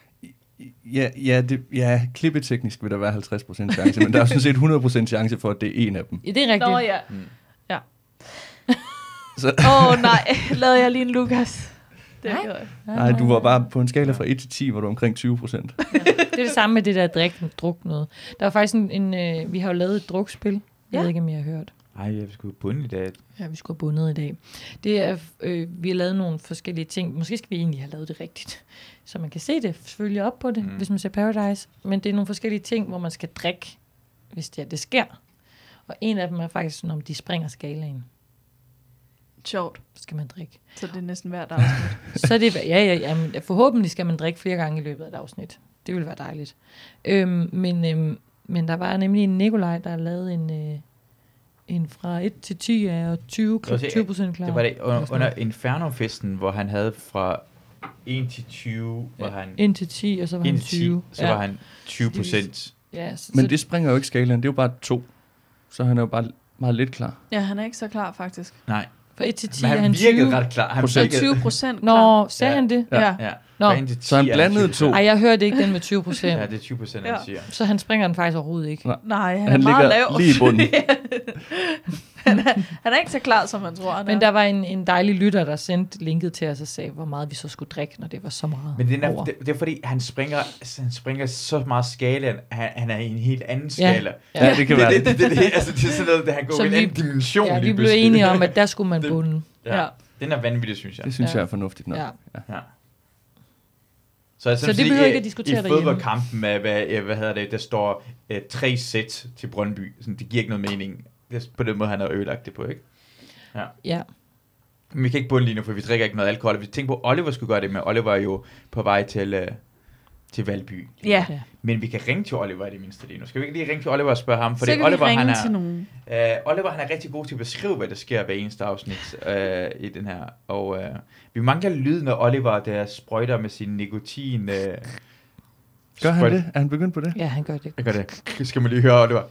Ja, klippeteknisk vil der være 50% chance, men der er sådan set 100% chance for, at det er en af dem. Ja, det er rigtigt. Nå ja. Ja. Så... nej, lavede jeg lige en Lukas. Det Nej. gjorde jeg. Nej, du var bare på en skala fra 1 til 10, hvor du var omkring 20%. Det er det samme med det der druk noget. Der var faktisk vi har jo lavet et drukspil. Jeg ved ikke, om I har hørt. Ej, jeg skulle bunde i dag. Ja, vi skulle have bundet i dag. Det er, vi har lavet nogle forskellige ting. Måske skal vi egentlig have lavet det rigtigt. Så man kan se det, selvfølgelig op på det, hvis man ser Paradise. Men det er nogle forskellige ting, hvor man skal drikke, hvis det sker. Og en af dem er faktisk, når de springer skalaen. Sjovt. Så skal man drikke. Så det er næsten hvert afsnit. Så det ja, men forhåbentlig skal man drikke flere gange i løbet af et afsnit. Det vil være dejligt. Men der var nemlig en Nikolaj, der lavede en fra 1 til 10 og 20% klar. Det var det under Inferno-festen, hvor han havde fra 1 til 20, hvor han... 1 til 10, og så var han 20. Så var han 20%. Ja, men det springer jo ikke skalaen, det er jo bare 2. Så han er jo bare meget lidt klar. Ja, han er ikke så klar, faktisk. Nej. For 1 til 10 men er han han 20. virkede ret klar. Han virkede 20% klar. Nå, sagde han det? Ja. Nå. Så han blandede 2. Ej, jeg hørte ikke den med 20%. Ja, det er 20%, han siger. Så han springer den faktisk overhovedet ikke. Nej, han er meget lav. Lige i bunden. Han er ikke så klar, som man tror. Men der var en dejlig lytter, der sendte linket til os og sagde, hvor meget vi så skulle drikke, når det var så meget. Men det er fordi, han springer så meget skala, han er i en helt anden skala. Ja, det kan være. Det er sådan noget, at han går i en anden dimension. Ja, vi blev enige om, at der skulle man bunde. Ja, den er vanvittig, synes jeg. Det synes jeg er fornuftigt nok. Ja. Så det behøver ikke at diskutere derhjemme. I fodboldkampen med, hvad hedder det, der står 3 sæt til Brøndby. Sådan, det giver ikke noget mening. Det er på den måde, han har ødelagt det på, ikke? Ja. Men vi kan ikke bunde lige nu, for vi drikker ikke noget alkohol. Vi tænker på, at Oliver skulle gøre det, men Oliver er jo på vej til Valby. Ja. Men vi kan ringe til Oliver i det mindste lige nu. Skal vi ikke lige ringe til Oliver og spørge ham? Så kan Oliver, vi ringe til nogen. Oliver, han er rigtig god til at beskrive, hvad der sker hver eneste afsnit i den her. Og vi mangler lyden af Oliver, der sprøjter med sin nikotin. Gør han det? Er han begyndt på det? Ja, han gør det. Jeg gør det. Skal man lige høre, Oliver?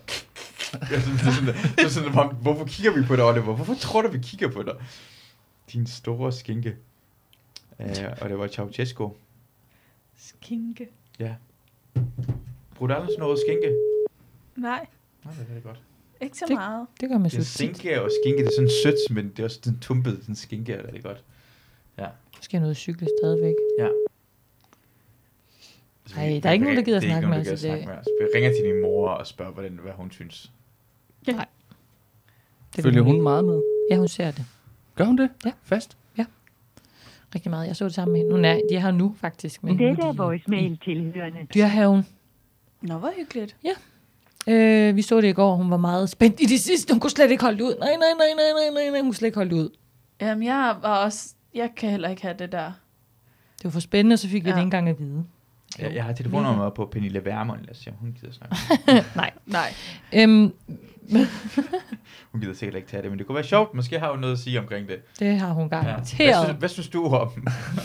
Hvorfor kigger vi på dig, Oliver? Hvorfor tror du, vi kigger på dig? Din store skinke. Og det var Ceausescu. Skinke? Ja. Bruger du aldrig sådan noget skinke? Nej. Nej, det er det godt. Ikke så meget. Det gør man så tit. Skinke og skinke, det er sådan sødt, men det er også sådan tumpet, sådan skinke er det godt. Ja. Skal noget cykle stadigvæk. Ja. Nej, der er ikke nogen, der gider snakke med os. Vi ringer til din mor og spørger, hvad hun synes. Ja. Nej. Følger hun meget med? Ja, hun ser det. Gør hun det? Ja. Fast? Ja. Rigtig meget. Jeg så det sammen med hende. De er her nu, faktisk. Men dette er voicemail tilhørende. Dyrehaven. Nå, hvor hyggeligt. Ja. Vi så det i går. Hun var meget spændt i det sidste. Hun kunne slet ikke holde det ud. Nej. Hun kunne slet ikke holde det ud. Jamen, jeg kan heller ikke have det der. Det var for spændende, så fik vi det ikke engang at vide. Jeg har telefonnummer på Pernille Vermund, lad os se, om hun gider snakke. Nej. Hun gider sikkert ikke tage det, men det kunne være sjovt. Måske har hun noget at sige omkring det. Det har hun garanteret. Ja. Hvad synes du om?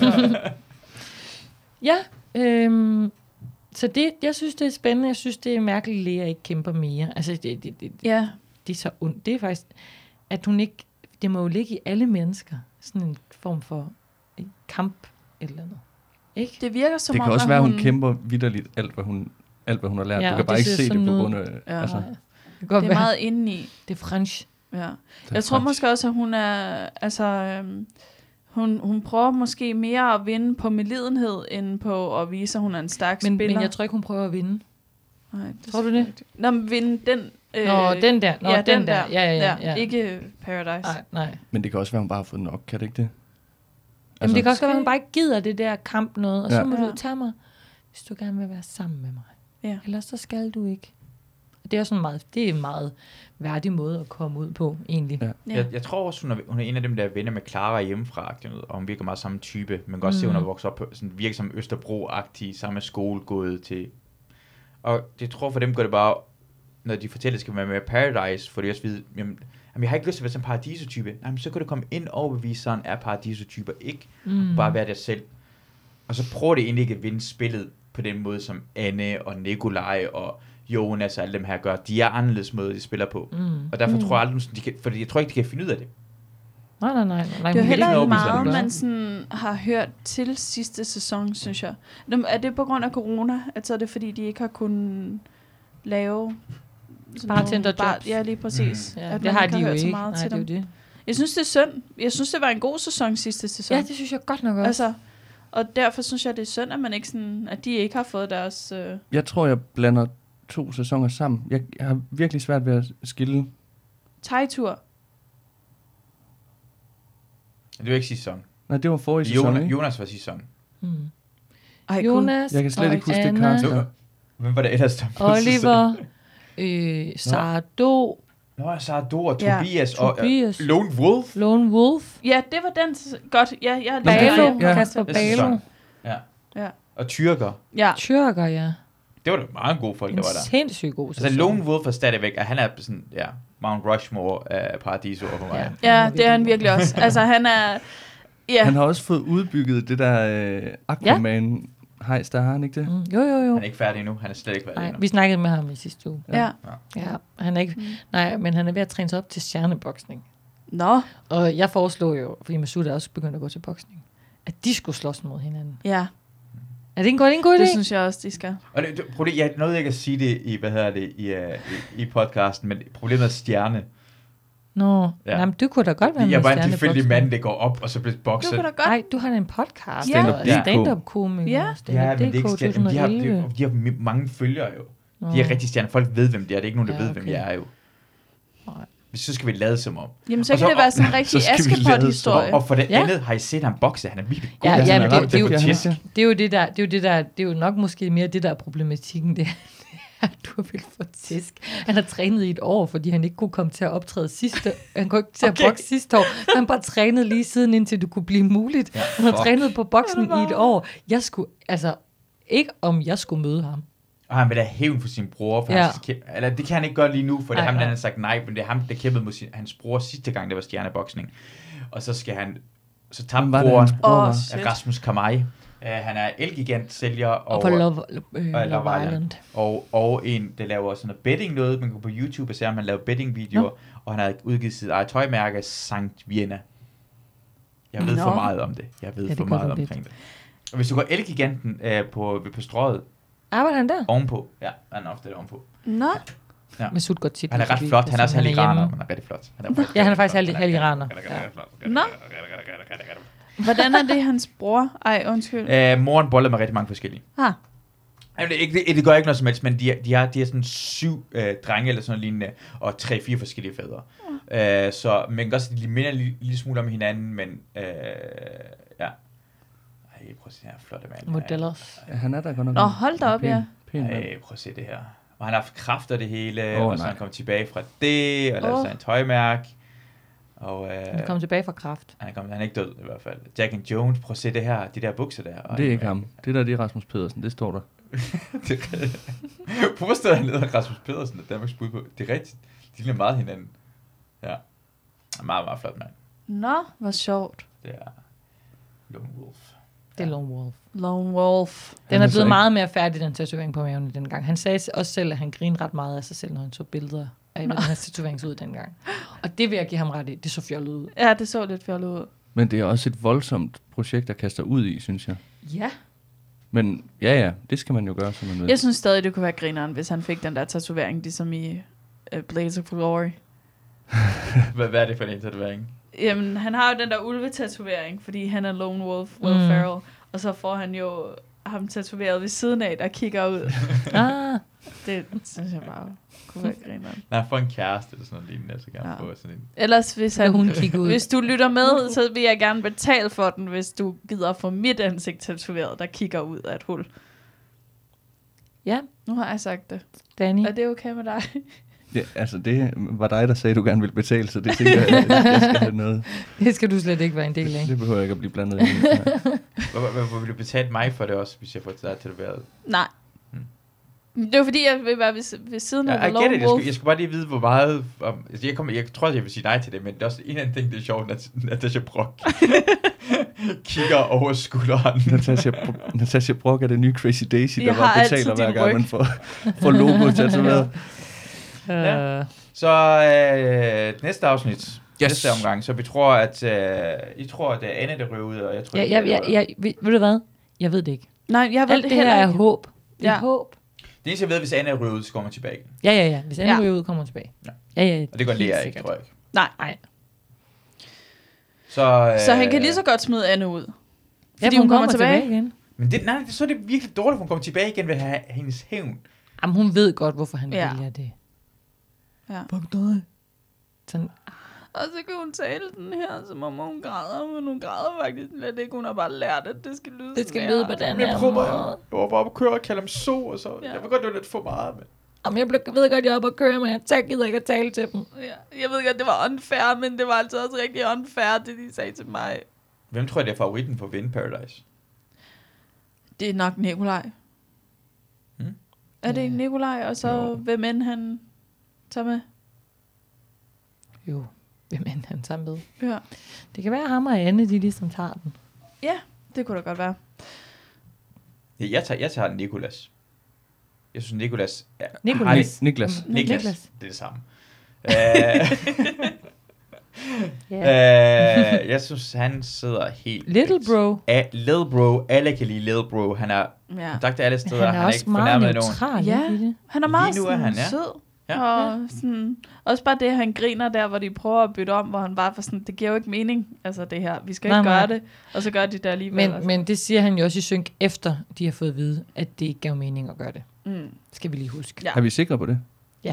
Så jeg synes, det er spændende. Jeg synes, det er mærkeligt, at Lea ikke kæmper mere. Altså, det er så ondt. Det er faktisk, at hun ikke... Det må jo ligge i alle mennesker. Sådan en form for kamp eller noget. Ikke? Det virker som om, det kan også være, hun kæmper vitterligt alt, hvad hun har lært. Du kan bare ikke se det på grund af... Ja. Altså. Det er meget indeni. Det er French. Ja. Jeg tror måske også, at hun er... Altså, hun prøver måske mere at vinde på medlidenhed, end på at vise, at hun er en stærk spiller. Men jeg tror ikke, hun prøver at vinde. Nej, tror du det? Nå, men vinde den... den der. Nå, ja, den der. Ja. Ikke Paradise. Nej. Men det kan også være, hun bare har fået nok, kan det ikke det? Jamen, det kan også være, at hun bare ikke gider det der kamp noget, og så må du tage mig, hvis du gerne vil være sammen med mig. Ja. Ellers så skal du ikke. Det er sådan det er en meget værdig måde at komme ud på, egentlig. Ja. Jeg tror også, hun er en af dem, der venner med Clara hjemmefra, og hun virker meget samme type. Man kan også se, at hun har vokset op på, sådan, virker som Østerbro-agtig, samme skole gået til. Og det tror for dem går det bare, når de fortæller, at de skal være med Paradise, for de også vide, jamen, jeg har ikke lyst til at være sådan en paradiso-type. Jamen, så kan du komme ind og bevise, sådan er paradiso-typer ikke. Bare være der selv. Og så prøver det egentlig ikke at vinde spillet på den måde, som Anne og Nikolaj og Jonas og alle dem her gør. De er anderledes måde, de spiller på. Og derfor tror jeg aldrig, fordi jeg tror ikke, de kan finde ud af det. Nej. Det er heller ikke meget, man sådan har hørt til sidste sæson, synes jeg. Er det på grund af corona? Altså er det fordi, de ikke har kunnet lave bartenderjobs? Ja, lige præcis. Ja, det har de jo ikke. Nej, det er jo det. Jeg synes, det er synd. Jeg synes, det var en god sæson sidste sæson. Ja, det synes jeg godt nok også. Altså, og derfor synes jeg, det er synd, at man ikke sådan, at de ikke har fået deres... Jeg tror, jeg blander 2 sæsoner sammen. Jeg har virkelig svært ved at skille. Thai-tur. Det var ikke sidste sæson. Nej, det var forrige sæson, ikke? Jonas var sidste sæson. Ej, Jonas jeg kan slet ikke huske det, Karsten. Hvem var det ellers, der Oliver, Sardo. Sardo og Tobias og Lone Wolf. Lone Wolf. Ja, det var den. Godt. Ja, jeg Balo. Kasper Balo. Ja. Og Tyrker. Ja. Tyrker, ja. Det var da meget gode folk, der var der. Sindssygt god sæson. Altså Lone Wolf er stadigvæk, at han er sådan, Mount Rushmore af Paradiso og for mig. Ja, det er han virkelig også. Altså han er... Ja. Han har også fået udbygget det der Aquaman hejs, der har han ikke det? Jo. Han er ikke færdig endnu. Han er slet ikke færdig endnu. Vi snakkede med ham i sidste uge. Ja. Han er ikke... Nej, men han er ved at træne sig op til stjerneboksning. Nå. Og jeg foreslog jo, fordi Masoud er også begyndt at gå til boksning, at de skulle slås mod hinanden. Ja. Er det en god idé? Det synes jeg også, de skal. Og jeg nåede ikke at sige det i podcasten, men problemet er stjerne. Nå, jamen, du kunne da godt være med jeg var en tilfældig mand, der går op, og så bliver bokset. Nej, du har da en podcast. Stand-up-komiker. Ja, men det er ikke stjerne. De har mange følgere jo. De er rigtig stjerne. Folk ved, hvem de er. Det er ikke nogen, der ved, hvem jeg er jo. Så skal vi lade som om. Jamen, så kan det være sådan en rigtig Askepot-historie. Og for det andet har I set ham bokse. Han er virkelig god. Det er jo nok måske mere det, der er problematikken. Det er, du har vel fået tæsk. Han har trænet i et år, fordi han ikke kunne komme til at optræde sidste. Han kunne ikke til at bokse sidste år. Han bare trænet lige siden, indtil det kunne blive muligt. Han har trænet på boksen i et år. Jeg skulle, ikke om jeg skulle møde ham. Og han vil da hævn for sin bror. For eller det kan han ikke gøre lige nu, for det er ham, der har sagt nej, men det er ham, der kæmpede mod hans bror sidste gang, det var stjerneboksning. Og så skal han... Så tabte broren Rasmus Kamai. Han er Elgigant-sælger og Love Island. Og en, der laver sådan noget betting noget. Man kan gå på YouTube og se, om han laver betting-videoer. Og han har udgivet sit eget tøjmærke, Sankt Vienna. Jeg ved for meget om det. Jeg ved for meget omkring det. Og hvis du går Elgiganten på Strøget, arbejder han der? Ovenpå. Ja, han er ofte ovenpå. Nå. Ja. Masud går tit. Han er ret flot. Han er også halv iraner. Han er rigtig flot. Han er faktisk halv iraner. Nå. Hvordan er det hans bror? Ej, undskyld. Moren boller med rigtig mange forskellige. Det gør ikke noget som helst, men de har sådan 7 drenge eller sådan lignende, og 3-4 forskellige fædre. Så man kan også minder en lille smule om hinanden, men ja. Ej, prøv at se, han er flotte mand. Modellers. Han er der godt nok. Nå, hold da op, ja. Ej, prøv at se det her. Og han har haft kræfter det hele, og så han kom tilbage fra det, og lavede sig en tøjmærke. Og, han kom tilbage fra kræft. Han er ikke død i hvert fald. Jack and Jones, prøv at se det her, de der bukser der. Det er ikke ham. Det der, det er Rasmus Pedersen, det står der. Hvorfor står han nede af Rasmus Pedersen, og Danmarks bud på? Det er rigtigt. De ligner meget hinanden. Ja. Meget, meget flot mand. Nå, hvor sjovt. Det er Lone Wolf. Det er Lone Wolf. Lone Wolf. Den er blevet meget mere færdig, den tatovering på maven dengang. Han sagde også selv, at han grinede ret meget af sig selv, når han så billeder af, hvordan hans tatovering så ud dengang. Og det vil jeg give ham ret i. Det så fjollet ud. Ja, det så lidt fjollet ud. Men det er også et voldsomt projekt, der kaster ud i, synes jeg. Ja. Men ja, det skal man jo gøre, som man ved. Jeg synes stadig, det kunne være grineren, hvis han fik den der tatovering, ligesom i Blaze of Glory. Hvad er det for en tatovering? Jamen, han har jo den der ulve-tatovering, fordi han er Lone Wolf, Will Ferrell. Og så får han jo ham tatoveret ved siden af, der kigger ud. Det synes jeg bare kunne være grineren. Nej, for en kæreste eller sådan noget lignende, så gerne få sådan en. Ellers, hvis du lytter med, så vil jeg gerne betale for den, hvis du gider få mit ansigt tatoveret, der kigger ud af et hul. Ja. Nu har jeg sagt det. Danny. Er det okay med dig? Ja, altså det var dig, der sagde, at du gerne ville betale, så det tænker jeg skal have noget. Det skal du slet ikke være en del af. Det behøver jeg ikke at blive blandet i. Hvor vil du betale mig for det også, hvis jeg får det tatoveret? Nej. Det var fordi, jeg vil være ved siden af Lone Wolf. Jeg skal bare lige vide, hvor meget... Jeg tror, jeg vil sige nej til det, men det er også en anden ting, det er sjovt, at Natasha Brock kigger over skulderen. Natasha Brock er det nye Crazy Daisy, der bare betaler hver gang, man får logo tatoveret. Ja. Så næste afsnit, næste omgang, så vi tror, at I tror, at Anne, der røver ud, og jeg tror... Ved du hvad? Jeg ved det ikke. Nej, jeg ved alt det her er håb. Det er håb. Det eneste, jeg ved, hvis Anne røver ud, så kommer hun tilbage igen. Ja. Hvis Anne røver ud, kommer hun tilbage. Ja. Og det går Lea ikke, tror jeg ikke. Nej. Så han kan lige så godt smide Anne ud. Fordi hun kommer tilbage igen. Men så er det virkelig dårligt, at hun kommer tilbage igen ved at have hendes hævn. Jamen, hun ved godt, hvorfor han vælger det. Ja. Fuck dig. Sådan. Og så kan hun tale den her, som om hun græder, men hun græder faktisk lidt ikke. Hun har bare lært, at det skal lyde det skal lyde på den her måde. Jeg var bare oppe at køre og kalde ham så, og så. Jeg ved godt, det var lidt for meget. Men... Jamen, jeg ved godt, jeg er oppe at køre, men jeg gider ikke at tale til dem. Ja, jeg ved godt, det var unfair, men det var altså også rigtig unfair, det de sagde til mig. Hvem tror jeg, det er favoritten for at vinde Paradise? Det er nok Nikolaj. Er det ikke Nikolaj, og så hvem end han tager med? Jo, hvem end han tager med. Ja. Det kan være ham og Anne, de ligesom tager den. Ja, det kunne da godt være. Ja, jeg tager Nicolas. Jeg synes, Nicolas... Niklas. Det er det samme. Jeg synes, han sidder helt... Little bro. Little bro. Alle kan lide Little bro. Han er kontakt alle steder. Han er også meget neutral. Ja, han er meget sød. Ja. Og sådan, også bare det, han griner der, hvor de prøver at bytte om, hvor han bare for sådan, det giver jo ikke mening, altså det her, vi skal ikke gøre det, og så gør de det alligevel. Men det siger han jo også i synk, efter de har fået at vide, at det ikke gav mening at gøre det. Skal vi lige huske. Ja. Er vi sikre på det? Ja.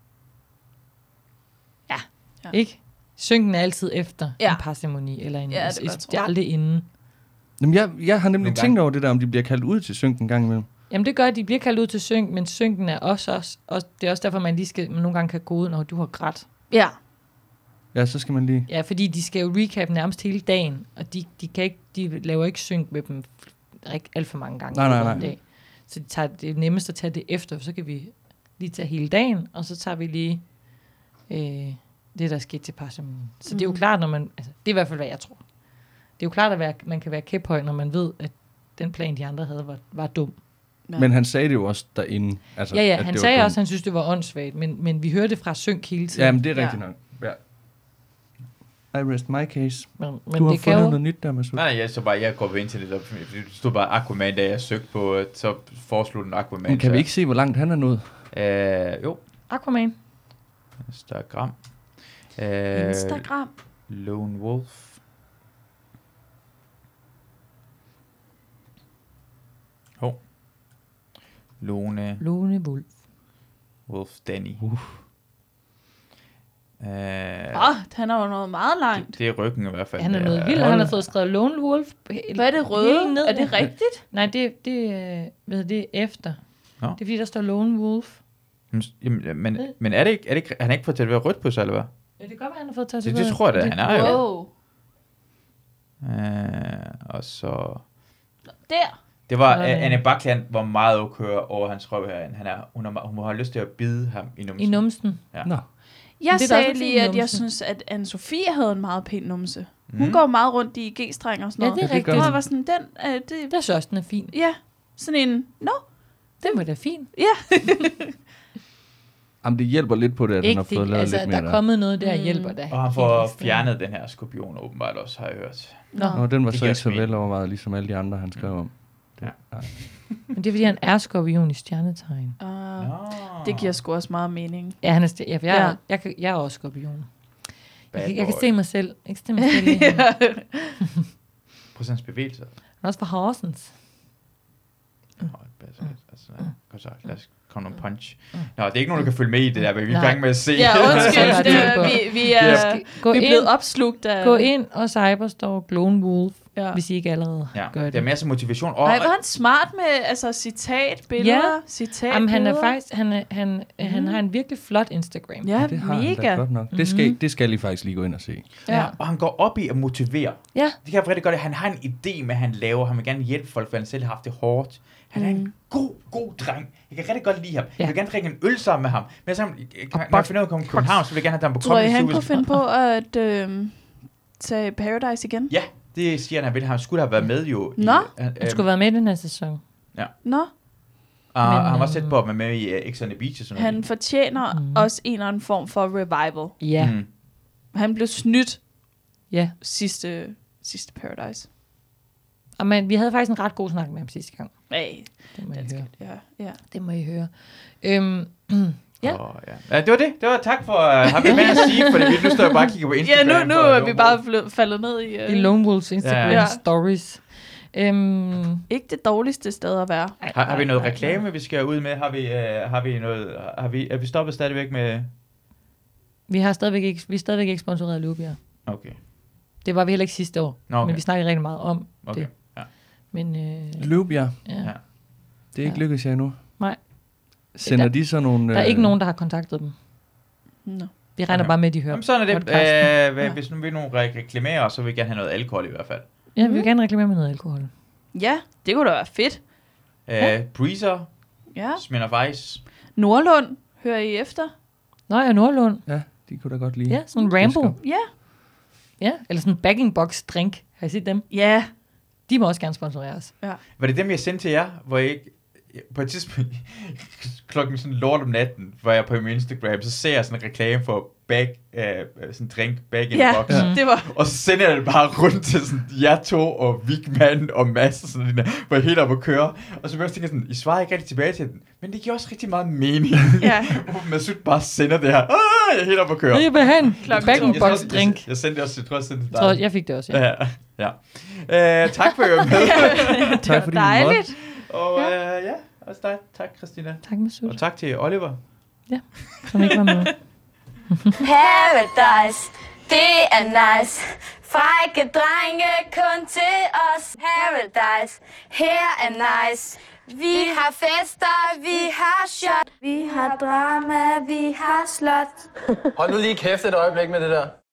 Ikke? Synken er altid efter en parsemoni, eller en, det er aldrig inden. Jamen, jeg har nemlig tænkt over det der, om de bliver kaldt ud til synken en gang imellem. Jamen det gør, at de bliver kaldt ud til synk, men synken er også det er også derfor, man nogle gange kan gå ud, når du har grædt. Ja. Ja, så skal man lige... Ja, fordi de skal jo recap nærmest hele dagen, og de laver ikke synk med dem alt for mange gange. Nej. Så det er nemmest at tage det efter, så kan vi lige tage hele dagen, og så tager vi lige det, der er sket til parsemonien. Så det er jo klart, når man... Altså, det er i hvert fald, hvad jeg tror. Det er jo klart, at man kan være kæphøj, når man ved, at den plan, de andre havde, var dum. Ja. Men han sagde det jo også derinde. Altså, ja, han sagde også, at han synes, det var åndssvagt, men vi hørte det fra synk hele tiden. Ja, men det er rigtigt nok. Ja. I rest my case. Men du har fundet noget nyt der, Masud. Nej, jeg går på internettet, fordi det stod bare Aquaman, da jeg søgte på, så foreslog den Aquaman. Men kan vi ikke se, hvor langt han er nået? Jo. Aquaman. Instagram. Lone Wolf. Lone Wolf. Wolf Danny. Han er jo noget meget langt. Det er ryggen i hvert fald. Han er noget vildt, han har fået skrevet Lone Wolf. Hvad er det røde? Er det rigtigt? Nej, det er efter. Det er fordi, der står Lone Wolf. Men er det ikke, han har ikke fået til at være rødt på sig, eller hvad? Ja, det kan godt være, han har fået tatoveret. Det tror jeg da, han er jo. Wow. Og så... Der. Det var, Anne Bakland var meget okay over hans røv herinde. Hun må have lyst til at bide ham i numsen. I numsen? Ja. Nå. Jeg sagde lige, at jeg synes, at Anne-Sophie havde en meget pæn numse. Hun går meget rundt i G-streng og sådan noget. Ja, det er rigtigt. Og var sådan, det... Der synes også, den er fin. Ja, sådan en... Den var da fin. Ja. Jamen, det hjælper lidt på det, at han har fået lavet lidt mere der er kommet noget, der hjælper da. Og han får fjernet den her skorpion, åbenbart også, har jeg hørt. Nå, den var så ikke så velovervejet, ligesom alle de andre, han skrev om. Ja. Men det er, fordi han er skorpion i stjernetegn. Det giver sgu også meget mening. Ja, han er jeg er også skorpion. Jeg kan se mig selv. Ikke se mig selv i Procents bevægelser. Han er også fra Horsens. Godt sagt. Lad os komme nogle punch. Nå, det er ikke nogen, der kan følge med i det der, men vi er i gang med at se. Ja, undskyld. Vi er blevet opslugt af... Gå ind og Cyberstore Lone Wolf, hvis I ikke allerede gør det. Det er masser af motivation. Nej, var han smart med citatbilleder? Ja. Jamen, han er faktisk, han har en virkelig flot Instagram. Ja, det har mega. Han da godt nok. Det skal I faktisk lige gå ind og se. Ja. Og han går op i at motivere. Ja. Det kan jeg rigtig godt. Han har en idé med, han laver. Han vil gerne hjælpe folk, for han selv har haft det hårdt. Han er en god dreng. Jeg kan rigtig godt lide ham. Jeg vil gerne drikke en øl sammen med ham. Men når jeg finder ud af at komme til København, så vil jeg gerne have ham på Tror I, han kunne finde på at tage Paradise igen? Ja, det siger han. Han skulle have været med jo. Han skulle have været med i den her sæson. Ja. Nå. Han var tæt på at være med i X on the Beach. Sådan han fortjener også en eller anden form for revival. Ja. Han blev snydt sidste Paradise. Men vi havde faktisk en ret god snak med ham sidste gang. Hey, det må I høre. Ja. Det må I høre. Ja, det var det. Det var tak for at have med at sige, for nu står jeg bare og kigger på Instagram. Ja, nu er vi bare faldet ned i Lone Wolfs Instagram stories. Ikke det dårligste sted at være. Har vi noget reklame, vi skal ud med? Er vi stoppet stadigvæk med... Vi er stadigvæk ikke sponsoreret af Lubia. Okay. Det var vi heller ikke sidste år, men vi snakkede rigtig meget om det. Ja. Men Lubia. Ja. Det er ikke lykkedes jer endnu. Nej. Sender de så nogle... Der er ikke nogen, der har kontaktet dem. No. Vi regner bare med, at de hører. Jamen, sådan er det. Hvis nu vil nogen reklamere, så vil vi gerne have noget alkohol i hvert fald. Ja, vi vil gerne reklamere med noget alkohol. Ja, det kunne da være fedt. Breezer. Ja. Smirnoff Ice. Nordlund, hører I efter? Nå ja, Nordlund. Ja, de kunne da godt lide. Ja, sådan en Rambo. Ja. Ja, eller sådan en bag-in-box drink. Har I set dem? Ja. De må også gerne sponsorere os. Ja. Var det dem, jeg sendte til jer, hvor jeg ikke... På et tidspunkt, klokken sådan lort om natten, hvor jeg på min Instagram, så ser jeg sådan en reklame for sådan drink bag in box. Ja, det var... Og så sender jeg det bare rundt til sådan jer to og Vigman og Mads og sådan noget, hvor jeg helt op at køre. Og så tænker jeg sådan, I svarer ikke rigtig tilbage til den, men det giver også rigtig meget mening. Ja. Hvor Masud bare sender det her. Jeg er helt op at køre. Jeg vil have en bag in box drink. Jeg sendte det også, jeg tror jeg sendte det dig. Jeg fik det også, ja. Tak for at være med. Tak for dejligt. Og også dig. Tak, Christina. Tak, Masud. Og tak til Oliver. Ja, som ikke var med. Paradise, det er nice. Frække drenge kun til os. Paradise, her er nice. Vi har fester, vi har shot. Vi har drama, vi har slot. Hold nu lige kæft et øjeblik med det der.